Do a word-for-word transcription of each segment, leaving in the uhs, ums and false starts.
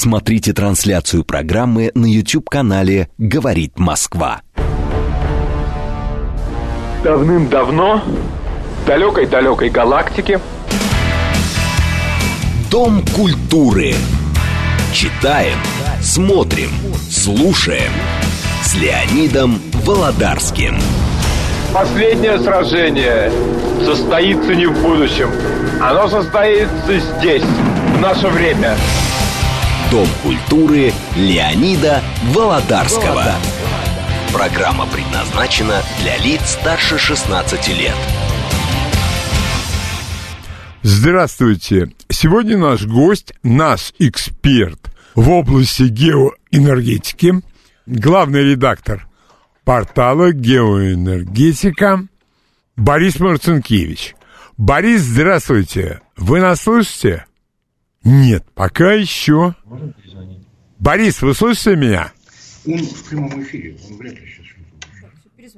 Смотрите трансляцию программы на YouTube-канале «Говорит Москва». Давным-давно, в далекой-далекой галактике, Дом культуры. Читаем, смотрим, слушаем с Леонидом Володарским. последнее сражение состоится не в будущем. Оно состоится здесь, в наше время. Дом культуры Леонида Володарского. Программа предназначена для лиц старше шестнадцати лет. Здравствуйте! Сегодня наш гость, наш эксперт в области геоэнергетики, главный редактор портала «Геоэнергетика» Борис Марцинкевич. Борис, здравствуйте! Вы нас слышите? Нет, пока еще. Борис, вы слышите меня? Он в прямом эфире, он вряд ли сейчас что-то может.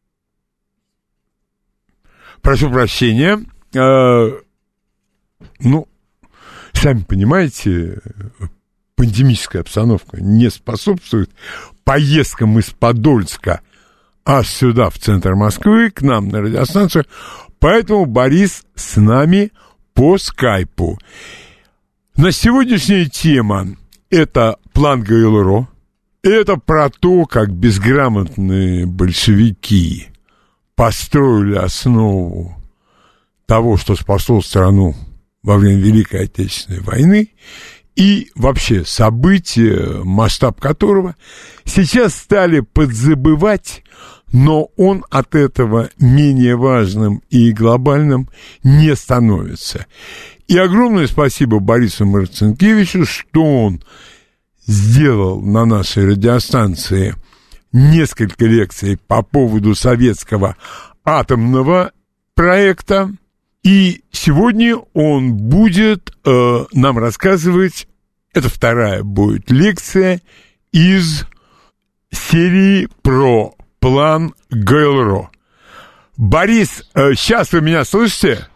Прошу прощения. Э, ну, сами понимаете, пандемическая обстановка не способствует поездкам из Подольска аж сюда, в центр Москвы, к нам на радиостанцию. Поэтому Борис с нами по скайпу. На сегодняшняя тема – это план ГЛРО. Это про то, как безграмотные большевики построили основу того, что спасло страну во время Великой Отечественной войны, и вообще события, масштаб которого сейчас стали подзабывать, но он от этого менее важным и глобальным не становится. И огромное спасибо Борису Марцинкевичу, что он сделал на нашей радиостанции несколько лекций по поводу советского атомного проекта. И сегодня он будет э, нам рассказывать, это вторая будет лекция из серии про план ГЛРО. Борис, э, сейчас вы меня слышите?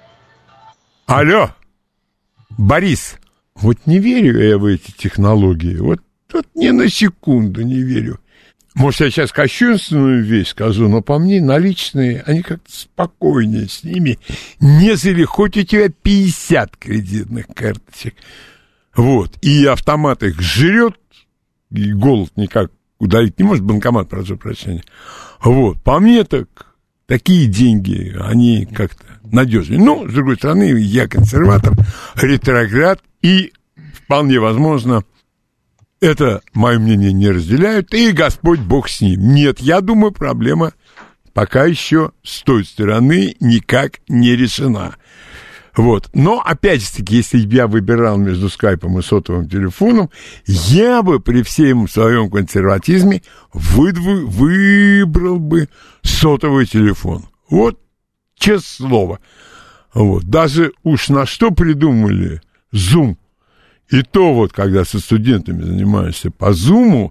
Алло, Борис, вот не верю я в эти технологии, вот, вот ни на секунду не верю. Может, я сейчас кощунственную вещь скажу, но по мне наличные, они как-то спокойнее с ними, нежели хоть у тебя пятьдесят кредитных карточек. Вот, и автомат их жрет, и голод никак удавить не может, банкомат, прошу прощения. Вот, по мне так, такие деньги, они как-то надежнее. Но, с другой стороны, я консерватор, ретроград, и вполне возможно, это мое мнение не разделяют, и Господь Бог с ним. Нет, я думаю, проблема пока еще с той стороны никак не решена. Вот. Но, опять же таки, если бы я выбирал между скайпом и сотовым телефоном, я бы при всем своем консерватизме выдв... выбрал бы сотовый телефон. Вот, честное слово. Вот. Даже уж на что придумали Zoom. И то вот, когда со студентами занимаешься по Zoom,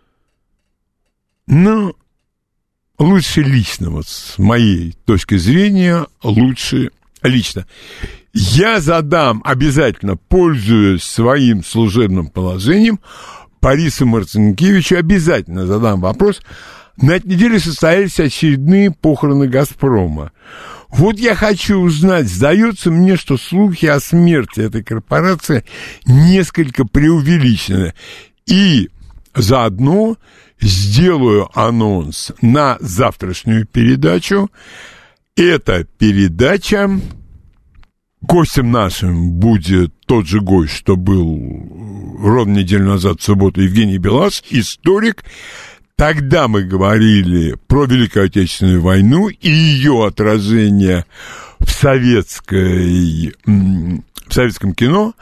ну, лучше лично, вот с моей точки зрения, лучше лично. Я задам обязательно, пользуясь своим служебным положением, Борису Марцинкевичу обязательно задам вопрос. На этой неделе состоялись очередные похороны «Газпрома». Вот я хочу узнать, сдается мне, что слухи о смерти этой корпорации несколько преувеличены. И заодно сделаю анонс на завтрашнюю передачу. Эта передача, гостем нашим будет тот же гость, что был ровно неделю назад, в субботу, Евгений Белаш, историк. Тогда мы говорили про Великую Отечественную войну и ее отражение в, советской, в советском кино.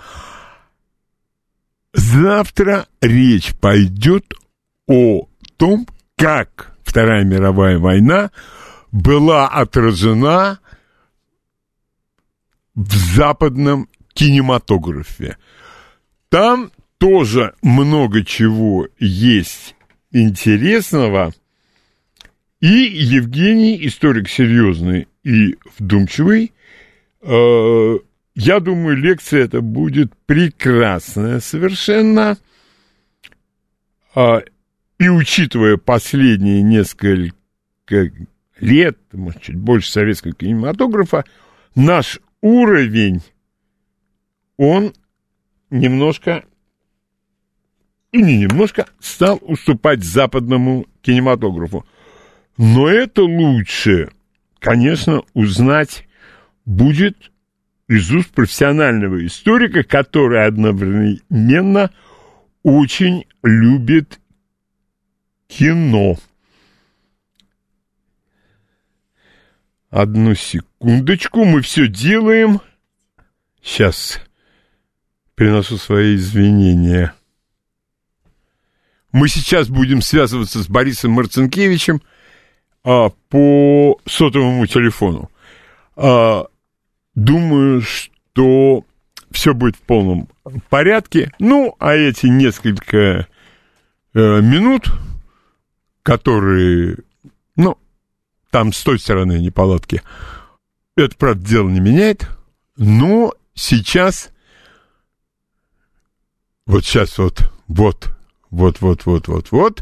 Завтра речь пойдет о том, как Вторая мировая война была отражена в западном кинематографе. Там тоже много чего есть интересного. И Евгений, историк серьезный и вдумчивый, э, я думаю, лекция эта будет прекрасная совершенно. И учитывая последние несколько лет, может, чуть больше советского кинематографа, наш уровень, он немножко, и не немножко, стал уступать западному кинематографу. Но это лучше, конечно, узнать будет из уст профессионального историка, который одновременно очень любит кино. Одну секундочку, мы все делаем. Сейчас приношу свои извинения. Мы сейчас будем связываться с Борисом Марцинкевичем а, по сотовому телефону. А, думаю, что все будет в полном порядке. Ну, а эти несколько э, минут, которые, ну, там с той стороны неполадки, это, правда, дело не меняет. Но сейчас, вот сейчас вот, вот, вот, вот, вот, вот, вот,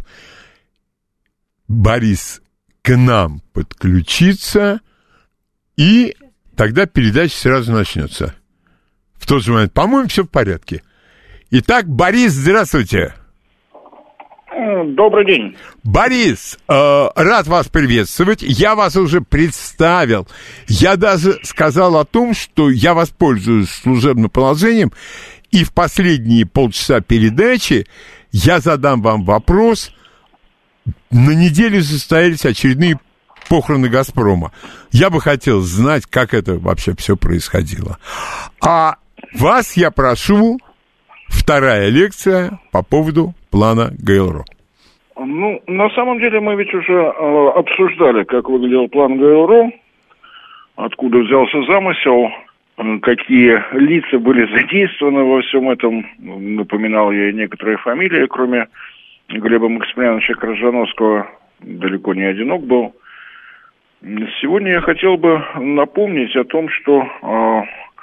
Борис к нам подключится, и тогда передача сразу начнется. В тот же момент, по-моему, все в порядке. Итак, Борис, здравствуйте. Добрый день. Борис, э, рад вас приветствовать. Я вас уже представил. Я даже сказал о том, что я воспользуюсь служебным положением, и в последние полчаса передачи я задам вам вопрос. На неделе состоялись очередные похороны «Газпрома». Я бы хотел знать, как это вообще все происходило. А вас я прошу, вторая лекция по поводу плана ГЛРО. Ну, на самом деле мы ведь уже э, обсуждали, как выглядел план ГЛРО, откуда взялся замысел, э, какие лица были задействованы во всем этом. Напоминал я и некоторые фамилии, кроме Глеба Максимилиановича Крыжановского, далеко не одинок был. Сегодня я хотел бы напомнить о том, что э,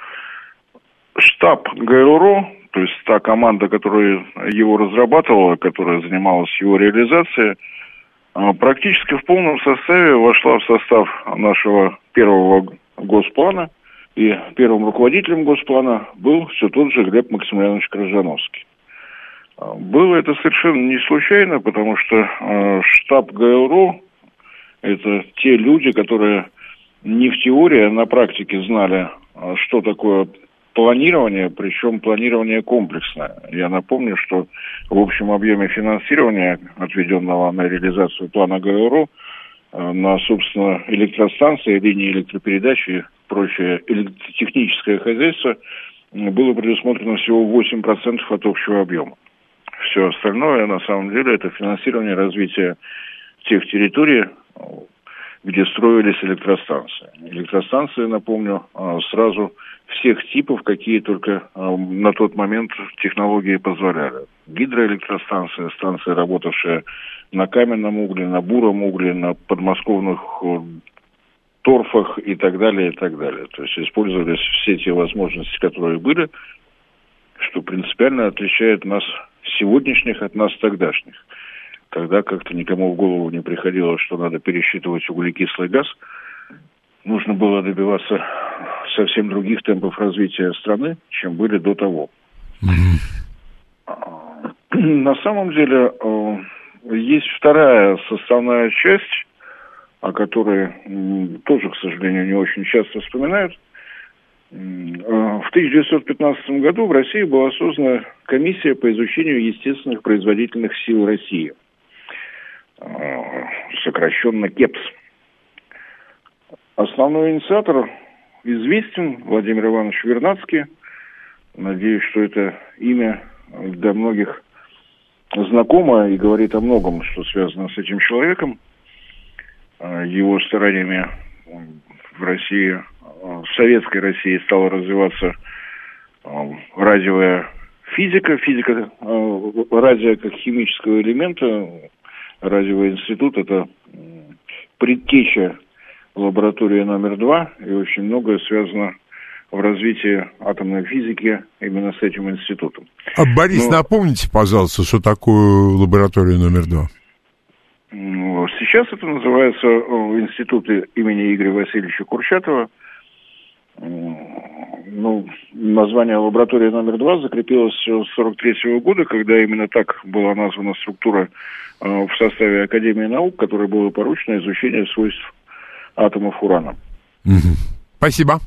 штаб ГЛРО, то есть та команда, которая его разрабатывала, которая занималась его реализацией, практически в полном составе вошла в состав нашего первого госплана, и первым руководителем госплана был все тот же Глеб Максимилианович Крыжановский. Было это совершенно не случайно, потому что штаб ГЛРО – это те люди, которые не в теории, а на практике знали, что такое планирование, причем планирование комплексное. Я напомню, что в общем объеме финансирования, отведенного на реализацию плана ГЛРО, на, собственно, электростанции, линии электропередачи и прочее электротехническое хозяйство, было предусмотрено всего восемь процентов от общего объема. Все остальное, на самом деле, это финансирование развития тех территорий, где строились электростанции. Электростанции, напомню, сразу всех типов, какие только на тот момент технологии позволяли. Гидроэлектростанции, станции, работавшие на каменном угле, на буром угле, на подмосковных торфах и так далее, и так далее. То есть использовались все те возможности, которые были, что принципиально отличает нас сегодняшних от нас тогдашних. Когда как-то никому в голову не приходило, что надо пересчитывать углекислый газ, нужно было добиваться совсем других темпов развития страны, чем были до того. Mm-hmm. На самом деле есть вторая составная часть, о которой тоже, к сожалению, не очень часто вспоминают. В тысяча девятьсот пятнадцатом году в России была создана комиссия по изучению естественных производительных сил России, сокращенно КЕПС. Основной инициатор известен, Владимир Иванович Вернадский. Надеюсь, что это имя для многих знакомо и говорит о многом, что связано с этим человеком. Его стараниями в России, в советской России стала развиваться радиовая физика, физика радио как химического элемента. Радиовый институт – это предтеча лаборатории номер два, и очень многое связано в развитии атомной физики именно с этим институтом. А, Борис, Но... напомните, пожалуйста, что такое лаборатория номер два? Сейчас это называется институт имени Игоря Васильевича Курчатова. Ну, название лаборатории номер два закрепилось с сорок третьего года, когда именно так была названа структура в составе Академии наук, которой было поручено изучение свойств атомов урана. Угу. Спасибо.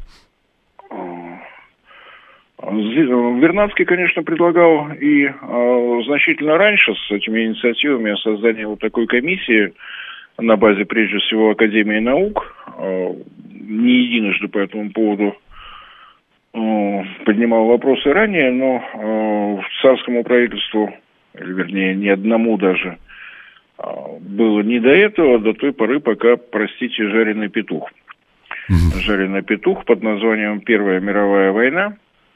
Вернадский, конечно, предлагал и э, значительно раньше с этими инициативами о создании вот такой комиссии на базе, прежде всего, Академии наук. Э, не единожды по этому поводу э, поднимал вопросы ранее, но э, царскому правительству, или вернее, ни одному даже, э, было не до этого, до той поры, пока, простите, жареный петух. Mm-hmm. Жареный петух под названием Первая мировая война,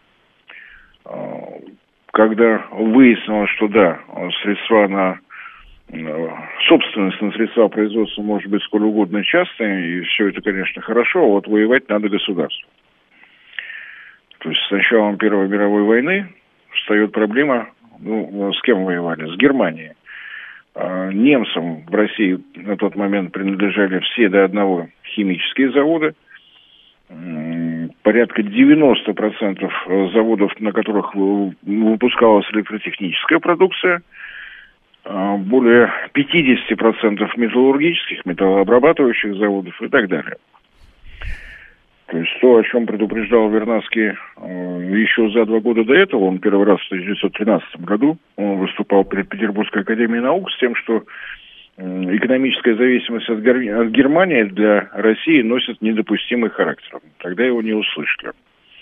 когда выяснилось, что да, средства на собственность на средства производства может быть сколь угодно частной, и все это, конечно, хорошо, а вот воевать надо государству. То есть с началом Первой мировой войны встает проблема, ну, с кем воевали? С Германией. Немцам в России на тот момент принадлежали все до одного химические заводы. Порядка девяносто процентов заводов, на которых выпускалась электротехническая продукция, более пятьдесят процентов металлургических, металлообрабатывающих заводов и так далее. То есть то, о чем предупреждал Вернадский еще за два года до этого, он первый раз в тысяча девятьсот тринадцатом году он выступал перед Петербургской академией наук с тем, что экономическая зависимость от, Гер... от Германии для России носит недопустимый характер. Тогда его не услышали.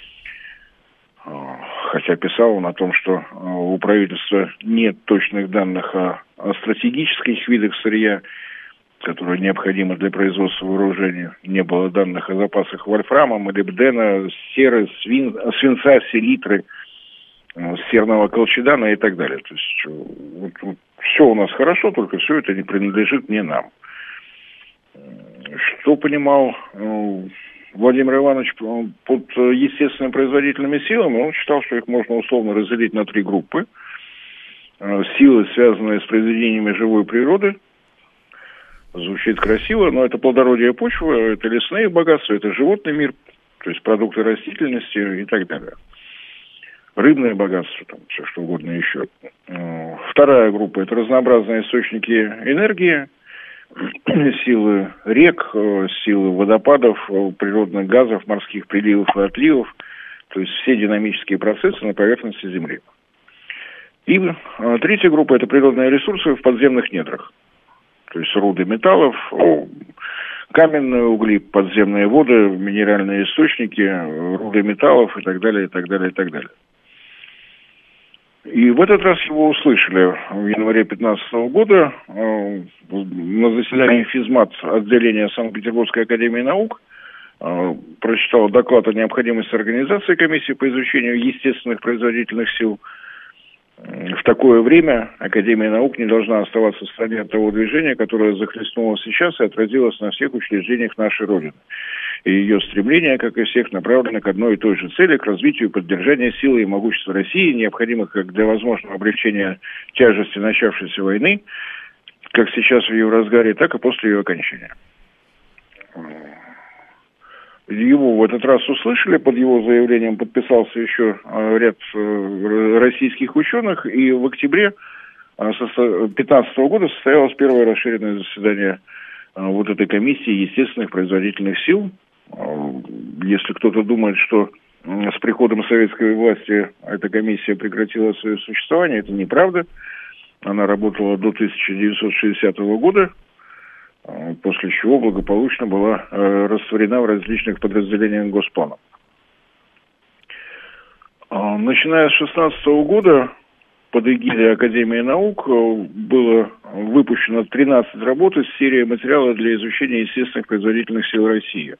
Хотя писал он о том, что у правительства нет точных данных о, о стратегических видах сырья, которые необходимы для производства вооружения. Не было данных о запасах вольфрама, молибдена, серы, свин... свинца, селитры, серного колчедана и так далее. То есть вот, вот, все у нас хорошо, только все это не принадлежит не нам. Что понимал э, Владимир Иванович под естественными производительными силами? Он считал, что их можно условно разделить на три группы. Э, силы, связанные с произведениями живой природы. Звучит красиво, но это плодородие почвы, это лесные богатства, это животный мир, то есть продукты растительности и так далее. Рыбное богатство, там, все что угодно еще. Вторая группа – это разнообразные источники энергии, силы рек, силы водопадов, природных газов, морских приливов и отливов, то есть все динамические процессы на поверхности Земли. И третья группа – это природные ресурсы в подземных недрах, то есть руды металлов, каменные угли, подземные воды, минеральные источники, руды металлов и так далее, и так далее, и так далее. И в этот раз его услышали в январе две тысячи пятнадцатого года э, на заседании физмат отделения Санкт-Петербургской академии наук. Э, прочитал доклад о необходимости организации комиссии по изучению естественных производительных сил. В такое время Академия наук не должна оставаться в стороне от того движения, которое захлестнуло сейчас и отразилось на всех учреждениях нашей Родины. И ее стремление, как и всех, направлено к одной и той же цели, к развитию и поддержанию силы и могущества России, необходимых как для возможного облегчения тяжести начавшейся войны, как сейчас в ее разгаре, так и после ее окончания. Его в этот раз услышали, под его заявлением подписался еще ряд российских ученых, и в октябре две тысячи пятнадцатого года состоялось первое расширенное заседание вот этой комиссии естественных производительных сил. Если кто-то думает, что с приходом советской власти эта комиссия прекратила свое существование, это неправда. Она работала до тысяча девятьсот шестидесятого года, после чего благополучно была растворена в различных подразделениях Госплана. Начиная с шестнадцатого года под эгидой Академии наук было выпущено тринадцать работ из серии материала для изучения естественных производительных сил России.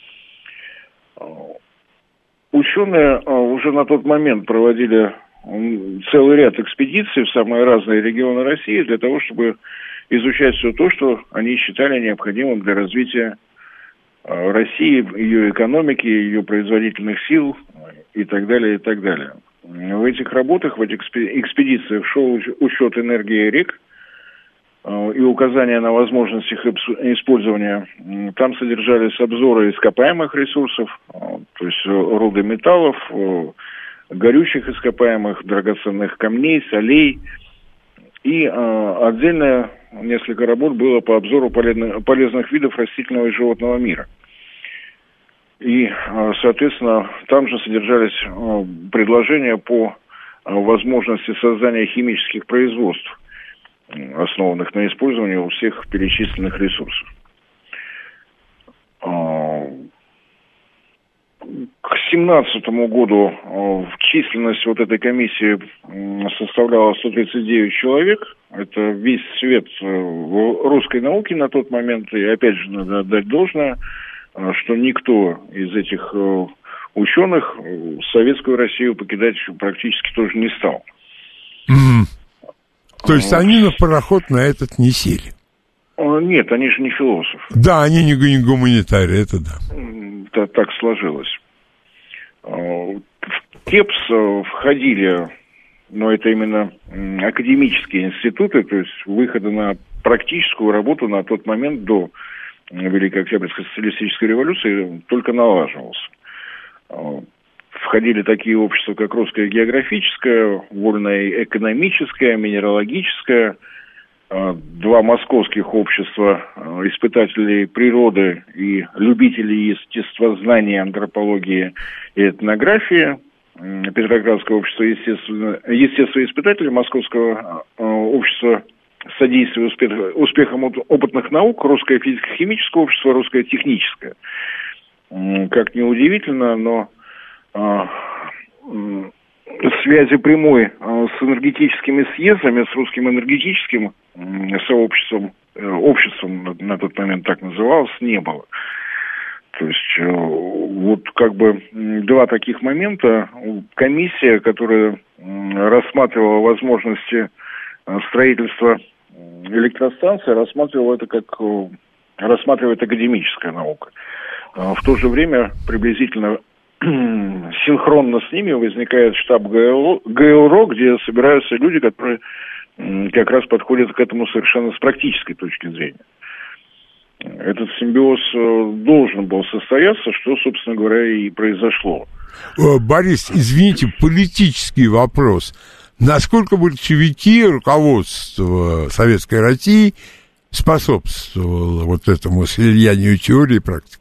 Ученые уже на тот момент проводили целый ряд экспедиций в самые разные регионы России для того, чтобы изучать все то, что они считали необходимым для развития России, ее экономики, ее производительных сил и так далее, и так далее. В этих работах, в этих экспедициях шел учет энергии рек и указания на возможность их использования. Там содержались обзоры ископаемых ресурсов, то есть руды металлов, горючих ископаемых, драгоценных камней, солей. И отдельно несколько работ было по обзору полезных видов растительного и животного мира. И, соответственно, там же содержались предложения по возможности создания химических производств, основанных на использовании у всех перечисленных ресурсов. К семнадцатому году численность вот этой комиссии составляла сто тридцать девять человек. Это весь свет русской науки на тот момент. И опять же надо отдать должное, что никто из этих ученых Советскую Россию покидать практически тоже не стал. Mm-hmm. То есть вот. Они на пароход на этот не сели? Нет, они же не философы. Да, они не, не гуманитарии, это да. Это так сложилось. В КЕПС входили, но это именно академические институты, то есть выхода на практическую работу на тот момент до Великой Октябрьской социалистической революции только налаживался. Входили такие общества, как Русское географическое, Вольное экономическое, Минералогическое, два московских общества испытателей природы и любителей естествознания, антропологии и этнографии, Петроградское общество естествоиспытателей, Московского общества содействия успехам опытных наук, Русское физико-химическое общество, Русское техническое. Как ни удивительно, но связи прямой с энергетическими съездами, с Русским энергетическим сообществом, обществом на тот момент так называлось, не было. То есть вот как бы два таких момента. Комиссия, которая рассматривала возможности строительства электростанции, рассматривала это как рассматривает академическая наука. В то же время приблизительно синхронно с ними возникает штаб ГЛРО, где собираются люди, которые как раз подходят к этому совершенно с практической точки зрения. Этот симбиоз должен был состояться, что, собственно говоря, и произошло. Борис, извините, политический вопрос. Насколько большевики, руководство Советской России способствовало вот этому слиянию теории и практики?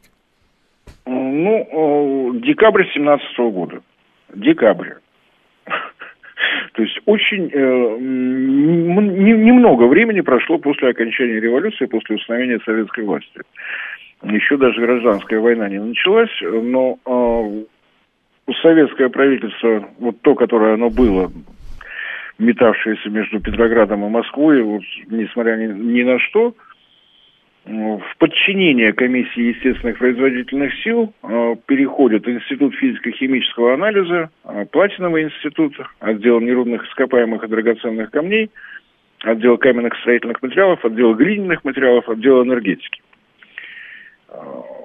Ну, декабрь семнадцатого года. Декабрь. То есть очень э, немного времени прошло после окончания революции, после установления советской власти. Еще даже гражданская война не началась, но э, советское правительство, вот то, которое оно было, метавшееся между Петроградом и Москвой, вот, несмотря ни, ни на что, в подчинение комиссии естественных производительных сил э, переходит Институт физико-химического анализа, э, Платиновый институт, отдел нерудных ископаемых и драгоценных камней, отдел каменных строительных материалов, отдел глиняных материалов, отдел энергетики. Э,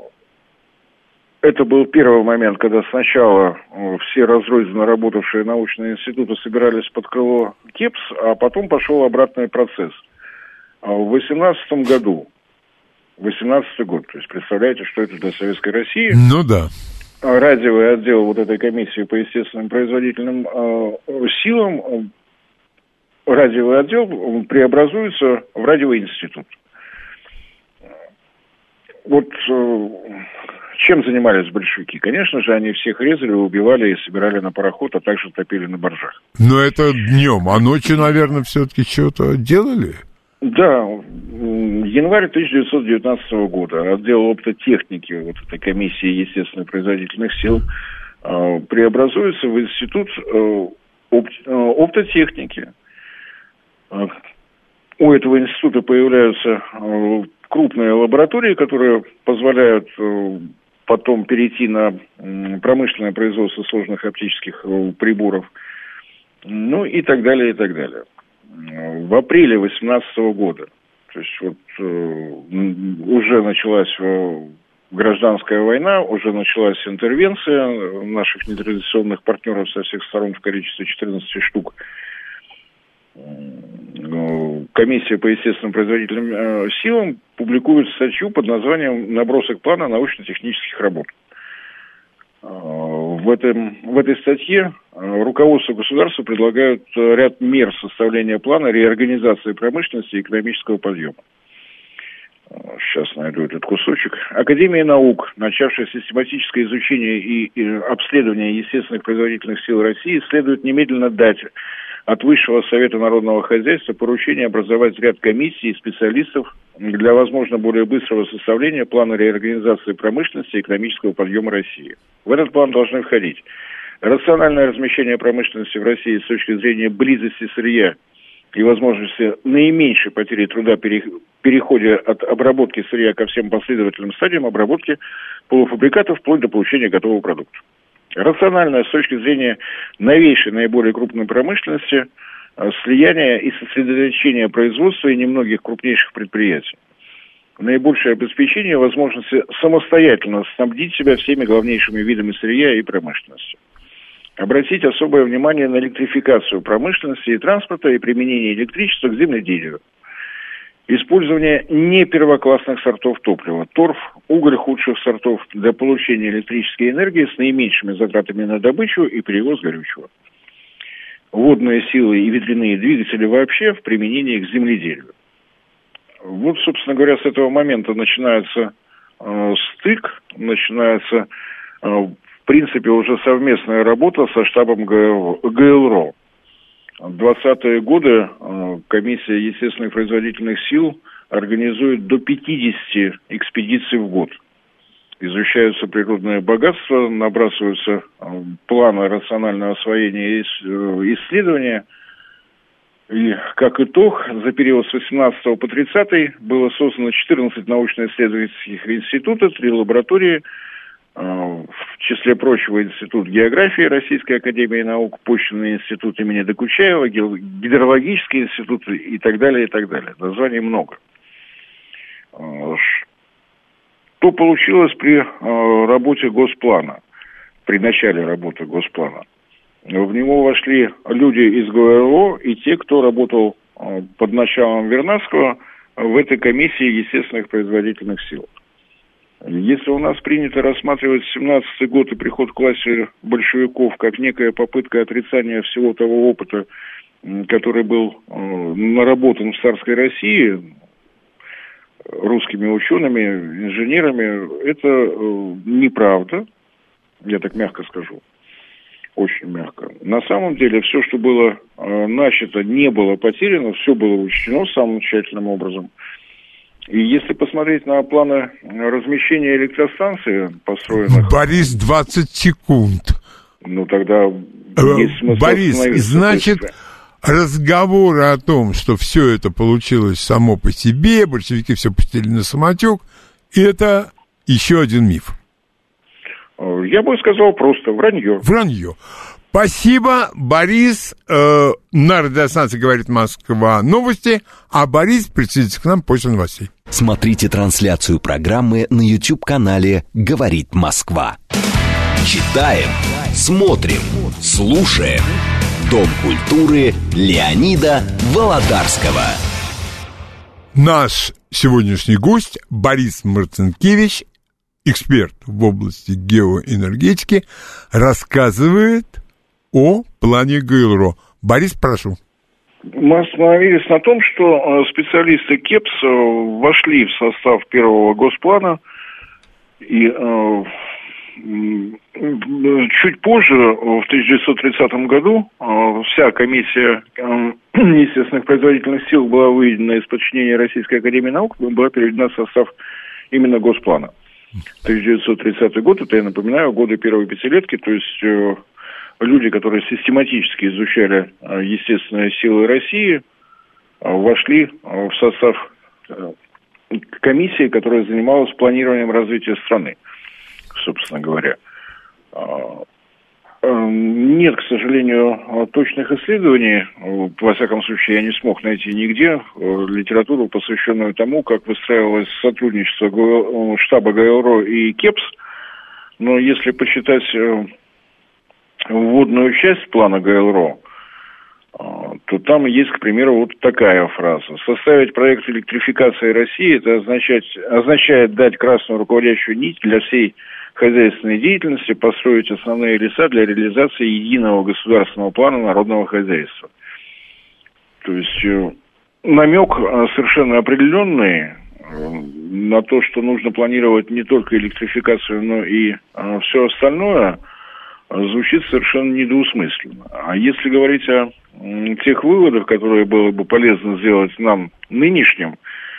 это был первый момент, когда сначала э, все разрозненно работавшие научные институты собирались под крыло КЕПС, а потом пошел обратный процесс. А в восемнадцатом году восемнадцатый год, то есть представляете, что это для Советской России. Ну да. Радиовый отдел вот этой комиссии по естественным производительным э, силам, э, радиовый отдел преобразуется в радиовый институт. Вот э, чем занимались большевики? Конечно же, они всех резали, убивали и собирали на пароход, а также топили на баржах. Но это днем, а ночью, наверное, все-таки что-то делали? Да, январь тысяча девятьсот девятнадцатого года отдел оптотехники вот этой комиссии естественно производительных сил э, преобразуется в институт э, опт, э, оптотехники. Э, у этого института появляются э, крупные лаборатории, которые позволяют э, потом перейти на э, промышленное производство сложных оптических э, приборов, ну и так далее, и так далее. В апреле восемнадцатого года, то есть вот э, уже началась э, гражданская война, уже началась интервенция наших нетрадиционных партнеров со всех сторон в количестве четырнадцати штук. Комиссия по естественным производительным силам публикует статью под названием «Набросок плана научно-технических работ». В, этом, в этой статье руководство государства предлагают ряд мер составления плана реорганизации промышленности и экономического подъема. Сейчас найду этот кусочек. Академия наук, начавшая систематическое изучение и, и обследование естественных производительных сил России, следует немедленно дать от Высшего Совета народного хозяйства поручение образовать ряд комиссий и специалистов для, возможно, более быстрого составления плана реорганизации промышленности и экономического подъема России. В этот план должны входить рациональное размещение промышленности в России с точки зрения близости сырья и возможности наименьшей потери труда при переходе от обработки сырья ко всем последовательным стадиям обработки полуфабрикатов вплоть до получения готового продукта. Рациональное с точки зрения новейшей, наиболее крупной промышленности, слияние и сосредоточение производства и немногих крупнейших предприятий. Наибольшее обеспечение возможности самостоятельно снабдить себя всеми главнейшими видами сырья и промышленности. Обратить особое внимание на электрификацию промышленности и транспорта и применение электричества к земледелию. Использование не первоклассных сортов топлива, торф, уголь худших сортов для получения электрической энергии с наименьшими затратами на добычу и перевоз горючего. Водные силы и ветряные двигатели вообще в применении к земледелию. Вот, собственно говоря, с этого момента начинается э, стык, начинается, э, в принципе, уже совместная работа со штабом ГЛРО. В двадцатые годы э, комиссия естественных производительных сил организует до пятидесяти экспедиций в год. Изучаются природные богатства, набрасываются э, планы рационального освоения и э, исследования. И, как итог, за период с восемнадцатого по тридцатый было создано четырнадцать научно-исследовательских институтов, три лаборатории, в числе прочего Институт географии Российской академии наук, Почвенный институт имени Докучаева, Гидрологический институт и так далее, и так далее. Названий много. Что получилось при работе Госплана, при начале работы Госплана? В него вошли люди из ГЛРО и те, кто работал под началом Вернадского в этой комиссии естественных производительных сил. Если у нас принято рассматривать семнадцатый год и приход к власти большевиков как некая попытка отрицания всего того опыта, который был наработан в царской России русскими учеными, инженерами, это неправда, я так мягко скажу. Очень мягко. На самом деле, все, что было э, начато, не было потеряно, все было учтено самым тщательным образом. И если посмотреть на планы размещения электростанций, построенных... Борис, двадцать секунд. Ну, тогда есть смысл... Борис, значит, разговоры о том, что все это получилось само по себе, большевики все пустили на самотек, это еще один миф. Я бы сказал просто вранье. Вранье. Спасибо, Борис. Э, на радиостанции «Говорит Москва» новости, а Борис присоединится к нам после новостей. Смотрите трансляцию программы на YouTube-канале «Говорит Москва». Читаем, смотрим, слушаем. Дом культуры Леонида Володарского. Наш сегодняшний гость Борис Марцинкевич, эксперт в области геоэнергетики, рассказывает о плане ГЛРО. Борис, прошу. Мы остановились на том, что специалисты КЕПС вошли в состав первого госплана, и э, чуть позже, в тысяча девятьсот тридцатом году, э, вся комиссия э, естественных производительных сил была выведена из подчинения Российской академии наук, была переведена в состав именно госплана. тысяча девятьсот тридцатый год, это, я напоминаю, годы первой пятилетки, то есть э, люди, которые систематически изучали э, естественные силы России, э, вошли э, в состав э, комиссии, которая занималась планированием развития страны, собственно говоря. Э, Нет, к сожалению, точных исследований. Во всяком случае, я не смог найти нигде литературу, посвященную тому, как выстраивалось сотрудничество штаба ГАЭРО и КЕПС. Но если почитать вводную часть плана ГАЭРО, то там есть, к примеру, вот такая фраза. Составить проект электрификации России, это означает, означает дать красную руководящую нить для всей хозяйственной деятельности, построить основные леса для реализации единого государственного плана народного хозяйства. То есть намек совершенно определенный на то, что нужно планировать не только электрификацию, но и все остальное, звучит совершенно недвусмысленно. А если говорить о тех выводах, которые было бы полезно сделать нам нынешним,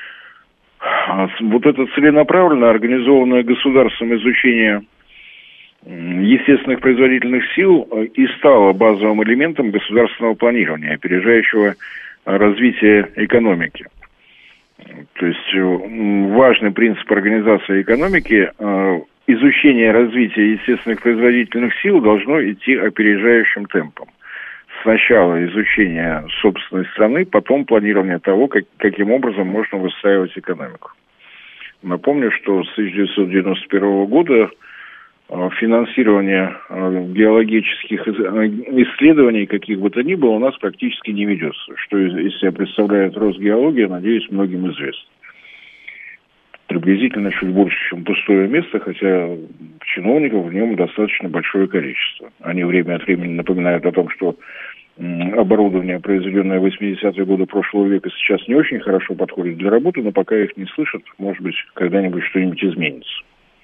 вот это целенаправленно организованное государством изучение естественных производительных сил и стало базовым элементом государственного планирования, опережающего развитие экономики. То есть важный принцип организации экономики – изучение развития естественных производительных сил должно идти опережающим темпом. Сначала изучение собственной страны, потом планирование того, как, каким образом можно выстраивать экономику. Напомню, что с тысяча девятьсот девяносто первого года финансирование геологических исследований, каких бы то ни было, у нас практически не ведется. Что из себя представляет Росгеология, надеюсь, многим известно. Приблизительно чуть больше, чем пустое место, хотя чиновников в нем достаточно большое количество. Они время от времени напоминают о том, что оборудование, произведенное в восьмидесятые годы прошлого века, сейчас не очень хорошо подходит для работы, но пока их не слышат, может быть, когда-нибудь что-нибудь изменится.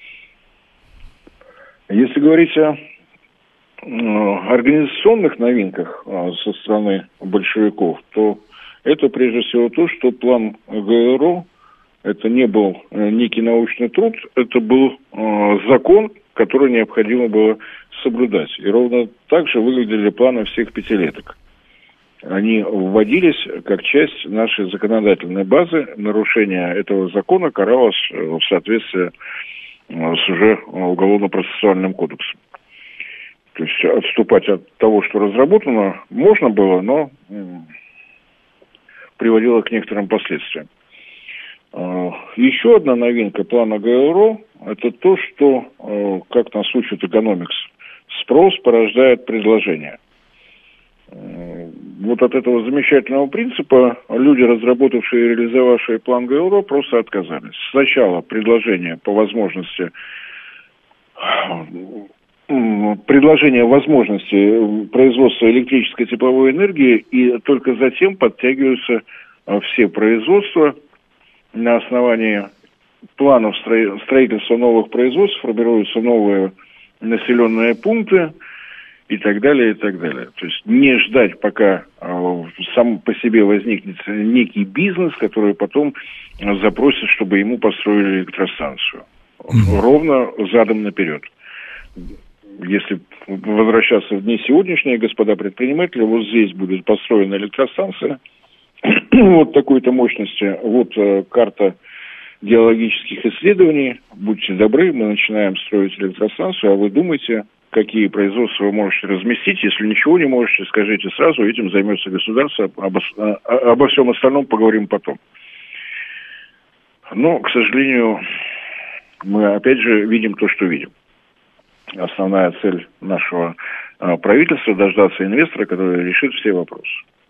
Если говорить о организационных новинках со стороны большевиков, то это прежде всего то, что план ГАЭРО это не был некий научный труд, это был закон, который необходимо было соблюдать. И ровно так же выглядели планы всех пятилеток. Они вводились как часть нашей законодательной базы. Нарушение этого закона каралось в соответствии с уже уголовно-процессуальным кодексом. То есть отступать от того, что разработано, можно было, но приводило к некоторым последствиям. Еще одна новинка плана ГАЭРО – это то, что, как нас учит экономикс, спрос порождает предложение. Вот от этого замечательного принципа люди, разработавшие и реализовавшие план ГАЭРО, просто отказались. Сначала предложение по возможности, предложение возможности производства электрической тепловой энергии, и только затем подтягиваются все производства. На основании планов строительства новых производств формируются новые населенные пункты и так далее, и так далее. То есть не ждать, пока э, сам по себе возникнет некий бизнес, который потом запросит, чтобы ему построили электростанцию. Mm-hmm. Ровно задом наперед. Если возвращаться в дни сегодняшние, господа предприниматели, вот здесь будет построена электростанция вот такой-то мощности, вот э, карта геологических исследований, будьте добры, мы начинаем строить электростанцию, а вы думаете, какие производства вы можете разместить. Если ничего не можете, скажите сразу, этим займется государство, обо, обо всем остальном поговорим потом. Но, к сожалению, мы опять же видим то, что видим. Основная цель нашего правительства – дождаться инвестора, который решит все вопросы.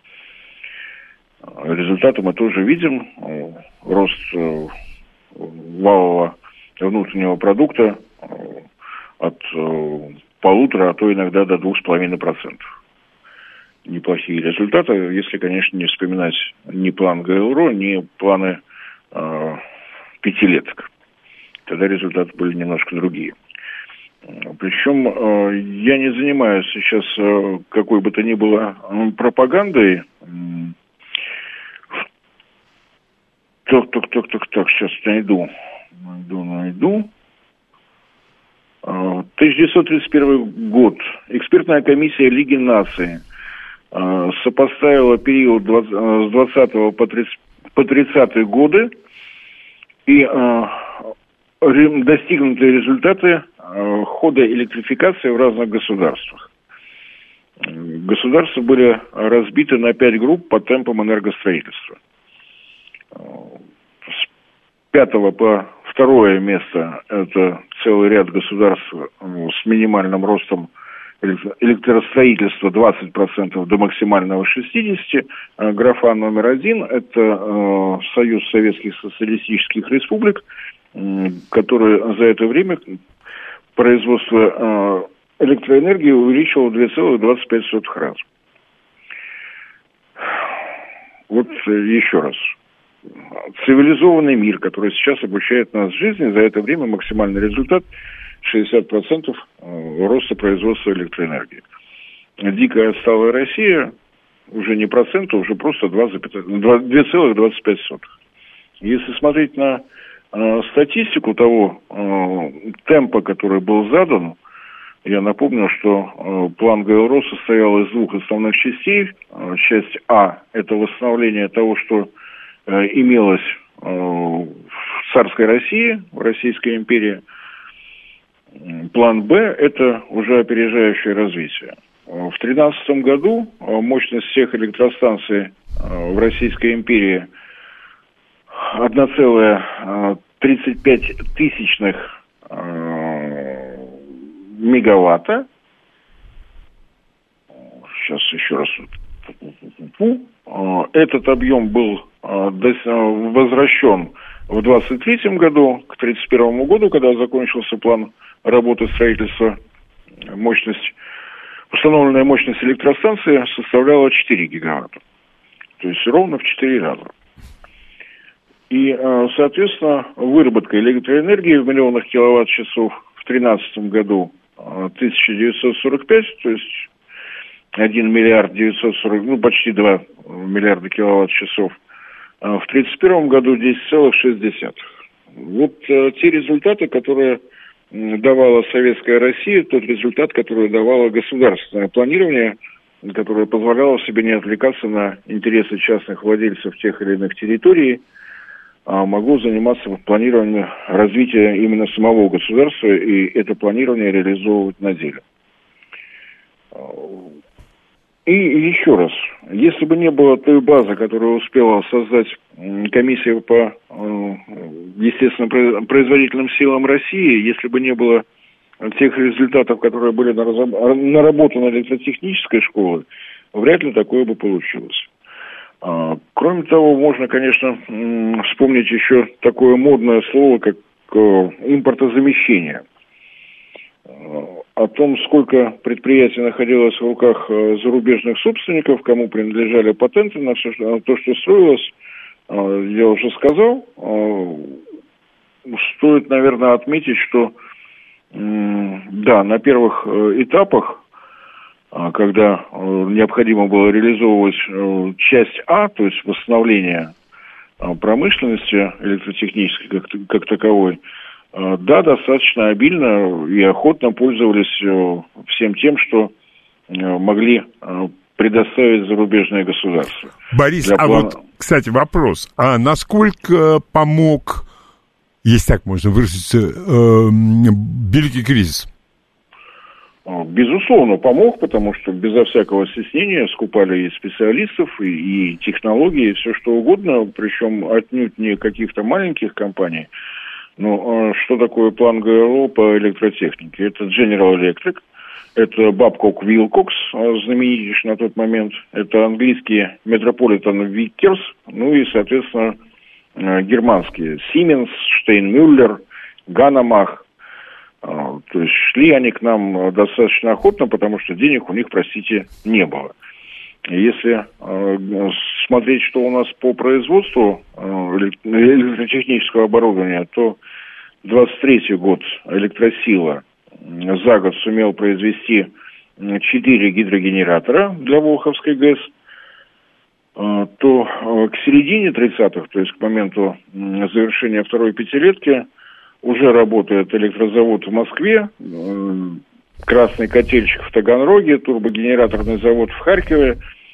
Результаты мы тоже видим. Рост валового внутреннего продукта от полутора, а то иногда до двух с половиной процентов. Неплохие результаты, если, конечно, не вспоминать ни план ГАЭРО, ни планы э, пятилеток. Тогда результаты были немножко другие. Причем э, я не занимаюсь сейчас э, какой бы то ни было э, пропагандой. Так, так, так, так, так, сейчас найду. Найду, найду. тысяча девятьсот тридцать первый год. Экспертная комиссия Лиги наций э, сопоставила период с двадцатого по тридцатые годы и э, достигнутые результаты э, хода электрификации в разных государствах. государства были разбиты на пять групп по темпам энергостроительства. С пятого по второе место это целый ряд государств с минимальным ростом электростроительства двадцать процентов до максимального шестьдесят процентов. Графа номер один – это Союз Советских Социалистических Республик, который за это время производство электроэнергии увеличивал в два целых двадцать пять сотых раза. Вот еще раз. Цивилизованный мир, который сейчас обучает нас жизни, за это время максимальный результат шестьдесят процентов роста производства электроэнергии. Дикая отсталая Россия уже не процент, а уже просто два целых двадцать пять сотых. Если смотреть на э, статистику того э, темпа, который был задан, я напомню, что э, план ГЛРО состоял из двух основных частей. Э, часть А – это восстановление того, что э, имелось э, в царской России, в Российской империи. План Б – это уже опережающее развитие. В две тысячи тринадцатом году мощность всех электростанций в Российской империи одна целая тридцать пять тысячных мегаватта. Сейчас еще раз. Этот объем был возвращен в двадцать третьем году, к тридцать первому году, когда закончился план работы строительства, мощность, установленная мощность электростанции составляла четыре гигаватта. То есть ровно в четыре раза. И, соответственно, выработка электроэнергии в миллионах киловатт-часов в тринадцатом году тысяча девятьсот сорок пять, то есть один миллиард девятьсот сорок, ну почти два миллиарда киловатт-часов. В тридцать первом году десять целых шесть десятых. Вот э, те результаты, которые давала советская Россия, тот результат, который давало государственное планирование, которое позволяло себе не отвлекаться на интересы частных владельцев тех или иных территорий, а могло заниматься планированием развития именно самого государства и это планирование реализовывать на деле. И еще раз, если бы не было той базы, которую успела создать комиссия по естественным производительным силам России, если бы не было тех результатов, которые были наработаны электротехнической школой, вряд ли такое бы получилось. Кроме того, можно, конечно, вспомнить еще такое модное слово, как импортозамещение. О том, сколько предприятий находилось в руках зарубежных собственников, кому принадлежали патенты на все, на то, что строилось, я уже сказал. Стоит, наверное, отметить, что да, на первых этапах, когда необходимо было реализовывать часть А, то есть восстановление промышленности электротехнической как, как таковой, да, достаточно обильно и охотно пользовались всем тем, что могли предоставить зарубежные государства. Борис, а плана... вот, кстати, вопрос. А насколько помог, если так можно выразиться, э, великий кризис? Безусловно, помог, потому что безо всякого стеснения скупали и специалистов, и, и технологии, и все что угодно, причем отнюдь не каких-то маленьких компаний. Но что такое план ГЛРО по электротехнике? Это General Electric, это Babcock Wilcox, знаменитейший на тот момент, это английские Metropolitan Vickers, ну и, соответственно, германские Siemens, Steinmüller, Ganamach. То есть шли они к нам достаточно охотно, потому что денег у них, простите, не было. Если э, смотреть, что у нас по производству э, электротехнического оборудования, то двадцать третий год Электросила за год сумел произвести четыре гидрогенератора для Волховской ГЭС, э, то э, к середине тридцатых, то есть к моменту э, завершения второй пятилетки, уже работает электрозавод в Москве, э, красный котельщик в Таганроге, турбогенераторный завод в Харькове.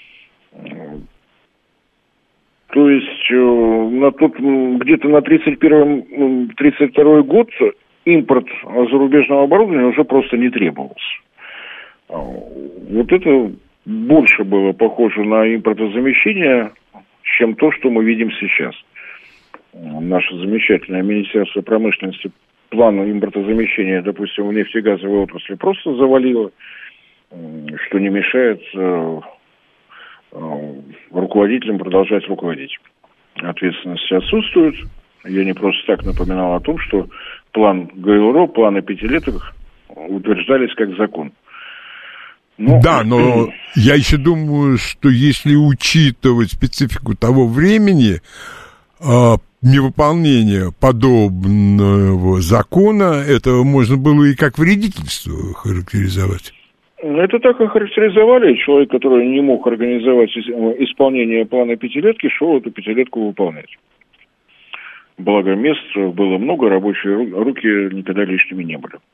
То есть на тот, где-то на тридцать первый — тридцать второй год импорт зарубежного оборудования уже просто не требовался. Вот это больше было похоже на импортозамещение, чем то, что мы видим сейчас. Наше замечательное Министерство промышленности план импортозамещения, допустим, в нефтегазовой отрасли просто завалило, что не мешает э, э, руководителям продолжать руководить. Ответственность отсутствует. Я не просто так напоминал о том, что план ГЛРО, планы пятилеток утверждались как закон. Но... Да, но я еще думаю, что если учитывать специфику того времени, э, невыполнение подобного закона, это можно было и как вредительство характеризовать. Это так и характеризовали. Человек, который не мог организовать исполнение плана пятилетки, шел эту пятилетку выполнять. Благо мест было много, рабочие руки никогда лишними не были.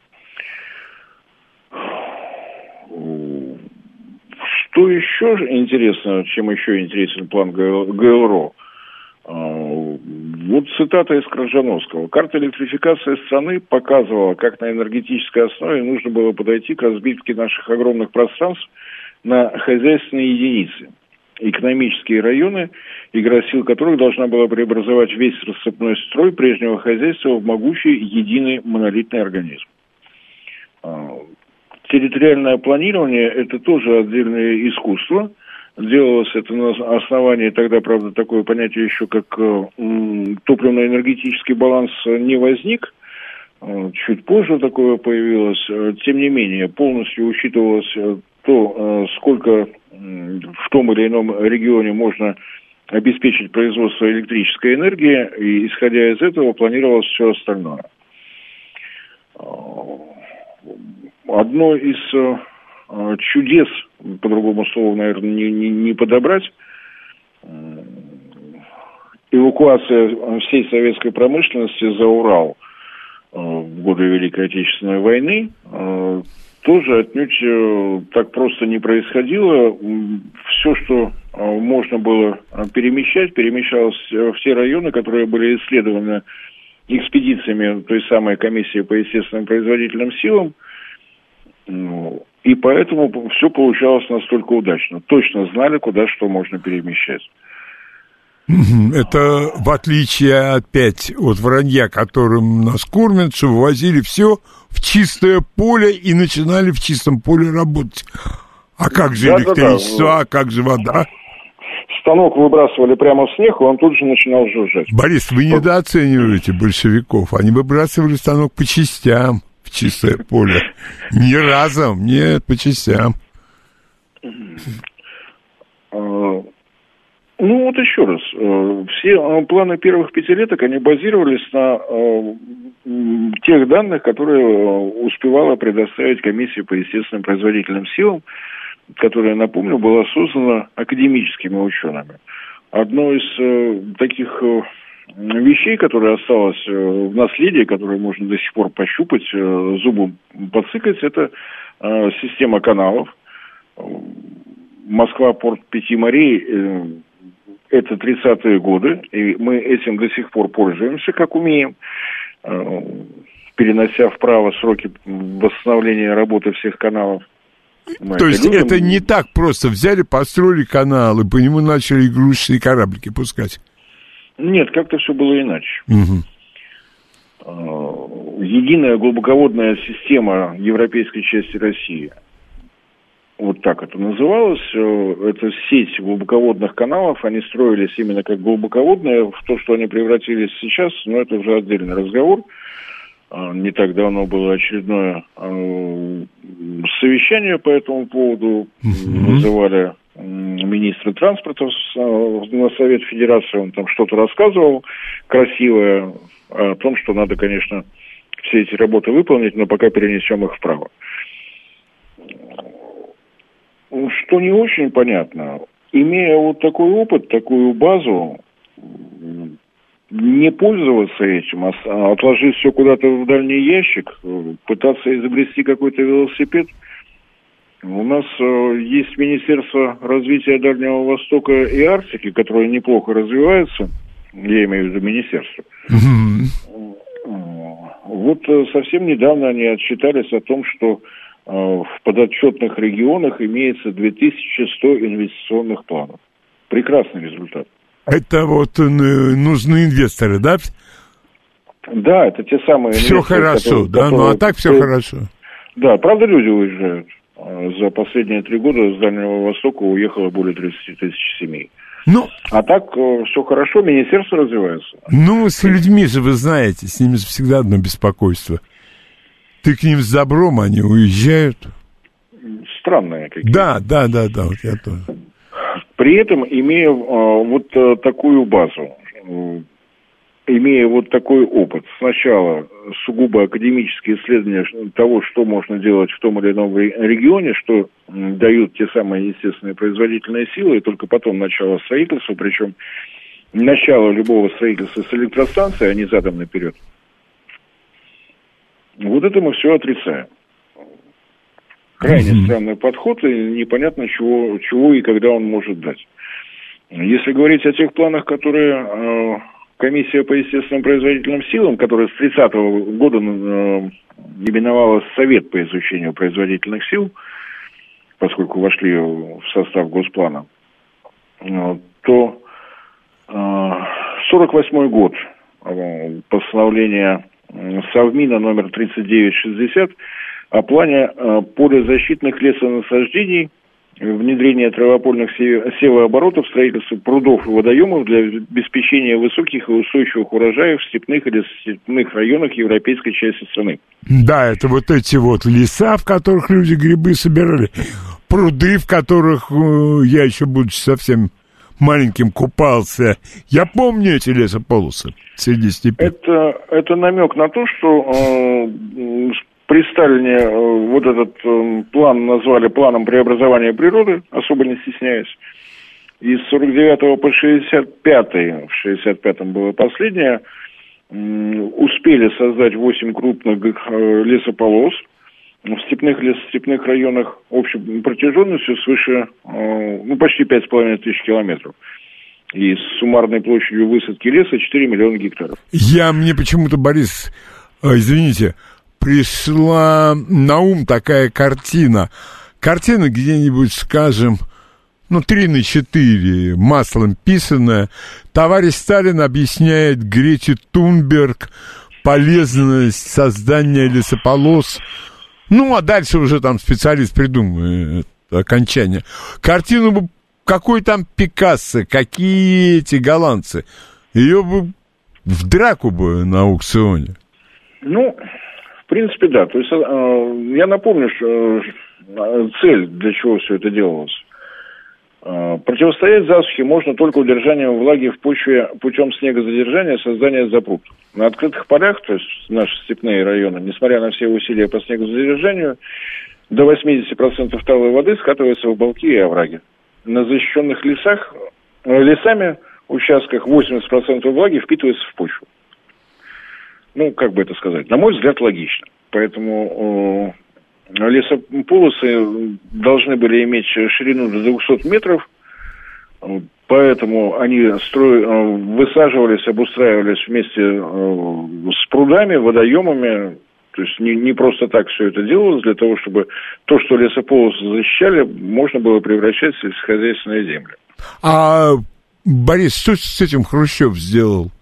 Что еще интересно, чем еще интересен план ГЛРО? Вот цитата из Крыжановского. Карта электрификации страны показывала, как на энергетической основе нужно было подойти к разбивке наших огромных пространств на хозяйственные единицы, экономические районы, игра сил которых должна была преобразовать весь рассыпной строй прежнего хозяйства в могучий единый монолитный организм. Территориальное планирование – это тоже отдельное искусство. Делалось это на основании, тогда, правда, такое понятие еще, как э, топливно-энергетический баланс не возник. Э, чуть позже такое появилось. Э, тем не менее, полностью учитывалось э, то, э, сколько э, в том или ином регионе можно обеспечить производство электрической энергии, и, исходя из этого, планировалось все остальное. Э, одно из... Э, чудес, по-другому слову, наверное, не, не, не подобрать, эвакуация всей советской промышленности за Урал в годы Великой Отечественной войны тоже отнюдь так просто не происходило. Все, что можно было перемещать, перемещалось в те районы, которые были исследованы экспедициями той самой комиссии по естественным производительным силам. И поэтому все получалось настолько удачно. Точно знали, куда что можно перемещать. Это в отличие опять от вранья, которым нас кормят, что вывозили все в чистое поле и начинали в чистом поле работать. А как же да, электричество, да, да. а как же вода? Станок выбрасывали прямо в снег, и он тут же начинал жужжать. Борис, вы недооцениваете большевиков. Они выбрасывали станок по частям. Чистое поле. Не разом, нет, по частям. Ну, вот еще раз. Все планы первых пятилеток, они базировались на тех данных, которые успевала предоставить комиссия по естественным производительным силам, которая, напомню, была создана академическими учеными. Одно из таких... вещей, которые осталось в наследии, которые можно до сих пор пощупать, зубом подсыкать, это система каналов. Москва, порт Пяти морей, это тридцатые годы, и мы этим до сих пор пользуемся, как умеем, перенося вправо сроки восстановления работы всех каналов. Мы То есть любим. Это не так просто взяли, построили канал, и по нему начали игрушечные кораблики пускать? Нет, как-то все было иначе. Угу. Единая глубоководная система европейской части России, вот так это называлось, это сеть глубоководных каналов, они строились именно как глубоководные, в то, что они превратились сейчас, но это уже отдельный разговор. Не так давно было очередное совещание по этому поводу, угу. Называли... министра транспорта на Совет Федерации, он там что-то рассказывал красивое о том, что надо, конечно, все эти работы выполнить, но пока перенесем их вправо. Что не очень понятно, имея вот такой опыт, такую базу, не пользоваться этим, а отложить все куда-то в дальний ящик, пытаться изобрести какой-то велосипед. У нас э, есть Министерство развития Дальнего Востока и Арктики, которое неплохо развивается, я имею в виду министерство. Mm-hmm. Вот э, совсем недавно они отчитались о том, что э, в подотчетных регионах имеется две тысячи сто инвестиционных планов. Прекрасный результат. Это вот нужны инвесторы, да? Да, это те самые все инвесторы, хорошо, которые, да? которые... Ну, а так все хорошо. Да, правда, люди уезжают. За последние три года с Дальнего Востока уехало более тридцать тысяч семей. Ну, а так все хорошо, министерство развивается. Ну, с людьми же, вы знаете, с ними же всегда одно беспокойство. Ты к ним с добром, они уезжают. Странные какие-то. Да, да, да, да, вот я тоже. При этом, имея э, вот э, такую базу, э, имея вот такой опыт, сначала сугубо академические исследования того, что можно делать в том или ином регионе, что дают те самые естественные производительные силы, и только потом начало строительства, причем начало любого строительства с электростанции, а не задом наперед. Вот это мы все отрицаем. Крайне mm-hmm. странный подход, и непонятно, чего, чего и когда он может дать. Если говорить о тех планах, которые э, комиссия по естественным производительным силам, которая с тридцатого года э, именовалась Совет по изучению производительных сил, поскольку вошли в состав Госплана, э, то э, сорок восьмой год, э, постановление Совмина номер тридцать девять шестьдесят о плане э, полезащитных лесонасаждений, внедрение травопольных севооборотов, строительство прудов и водоемов для обеспечения высоких и устойчивых урожаев в степных или степных районах европейской части страны. Да, это вот эти вот леса, в которых люди грибы собирали, пруды, в которых э, я еще, будучи совсем маленьким, купался. Я помню эти лесополосы среди степей. Это, это намек на то, что э, при Сталине э, вот этот э, план назвали планом преобразования природы, особо не стесняясь. И с сорок девятого по шестьдесят пятый, в шестьдесят пятом было последнее, э, успели создать восемь крупных э, лесополос в степных лесостепных районах общей протяженностью свыше, э, ну, почти пять с половиной тысяч километров. И с суммарной площадью высадки леса четыре миллиона гектаров. Я, мне почему-то, Борис, э, извините, пришла на ум такая картина. Картина где-нибудь, скажем, ну, три на четыре, маслом писанная. Товарищ Сталин объясняет Грете Тунберг полезность создания лесополос. Ну, а дальше уже там специалист придумает окончание. Картину бы, какой там Пикассо, какие эти голландцы. Ее бы в драку бы на аукционе. Ну, в принципе, да. То есть, э, я напомню, что э, цель, для чего все это делалось. Э, противостоять засухе можно только удержанием влаги в почве путем снегозадержания, создания запрут. На открытых полях, то есть наши степные районы, несмотря на все усилия по снегозадержанию, до восемьдесят процентов талой воды скатывается в балки и овраги. На защищенных лесах, лесами участках восемьдесят процентов влаги впитывается в почву. Ну, как бы это сказать, на мой взгляд, логично. Поэтому э, лесополосы должны были иметь ширину до двухсот метров, поэтому они стро... высаживались, обустраивались вместе э, с прудами, водоемами. То есть не, не просто так все это делалось, для того, чтобы то, что лесополосы защищали, можно было превращать в сельскохозяйственные земли. А, Борис, что с этим Хрущев сделал?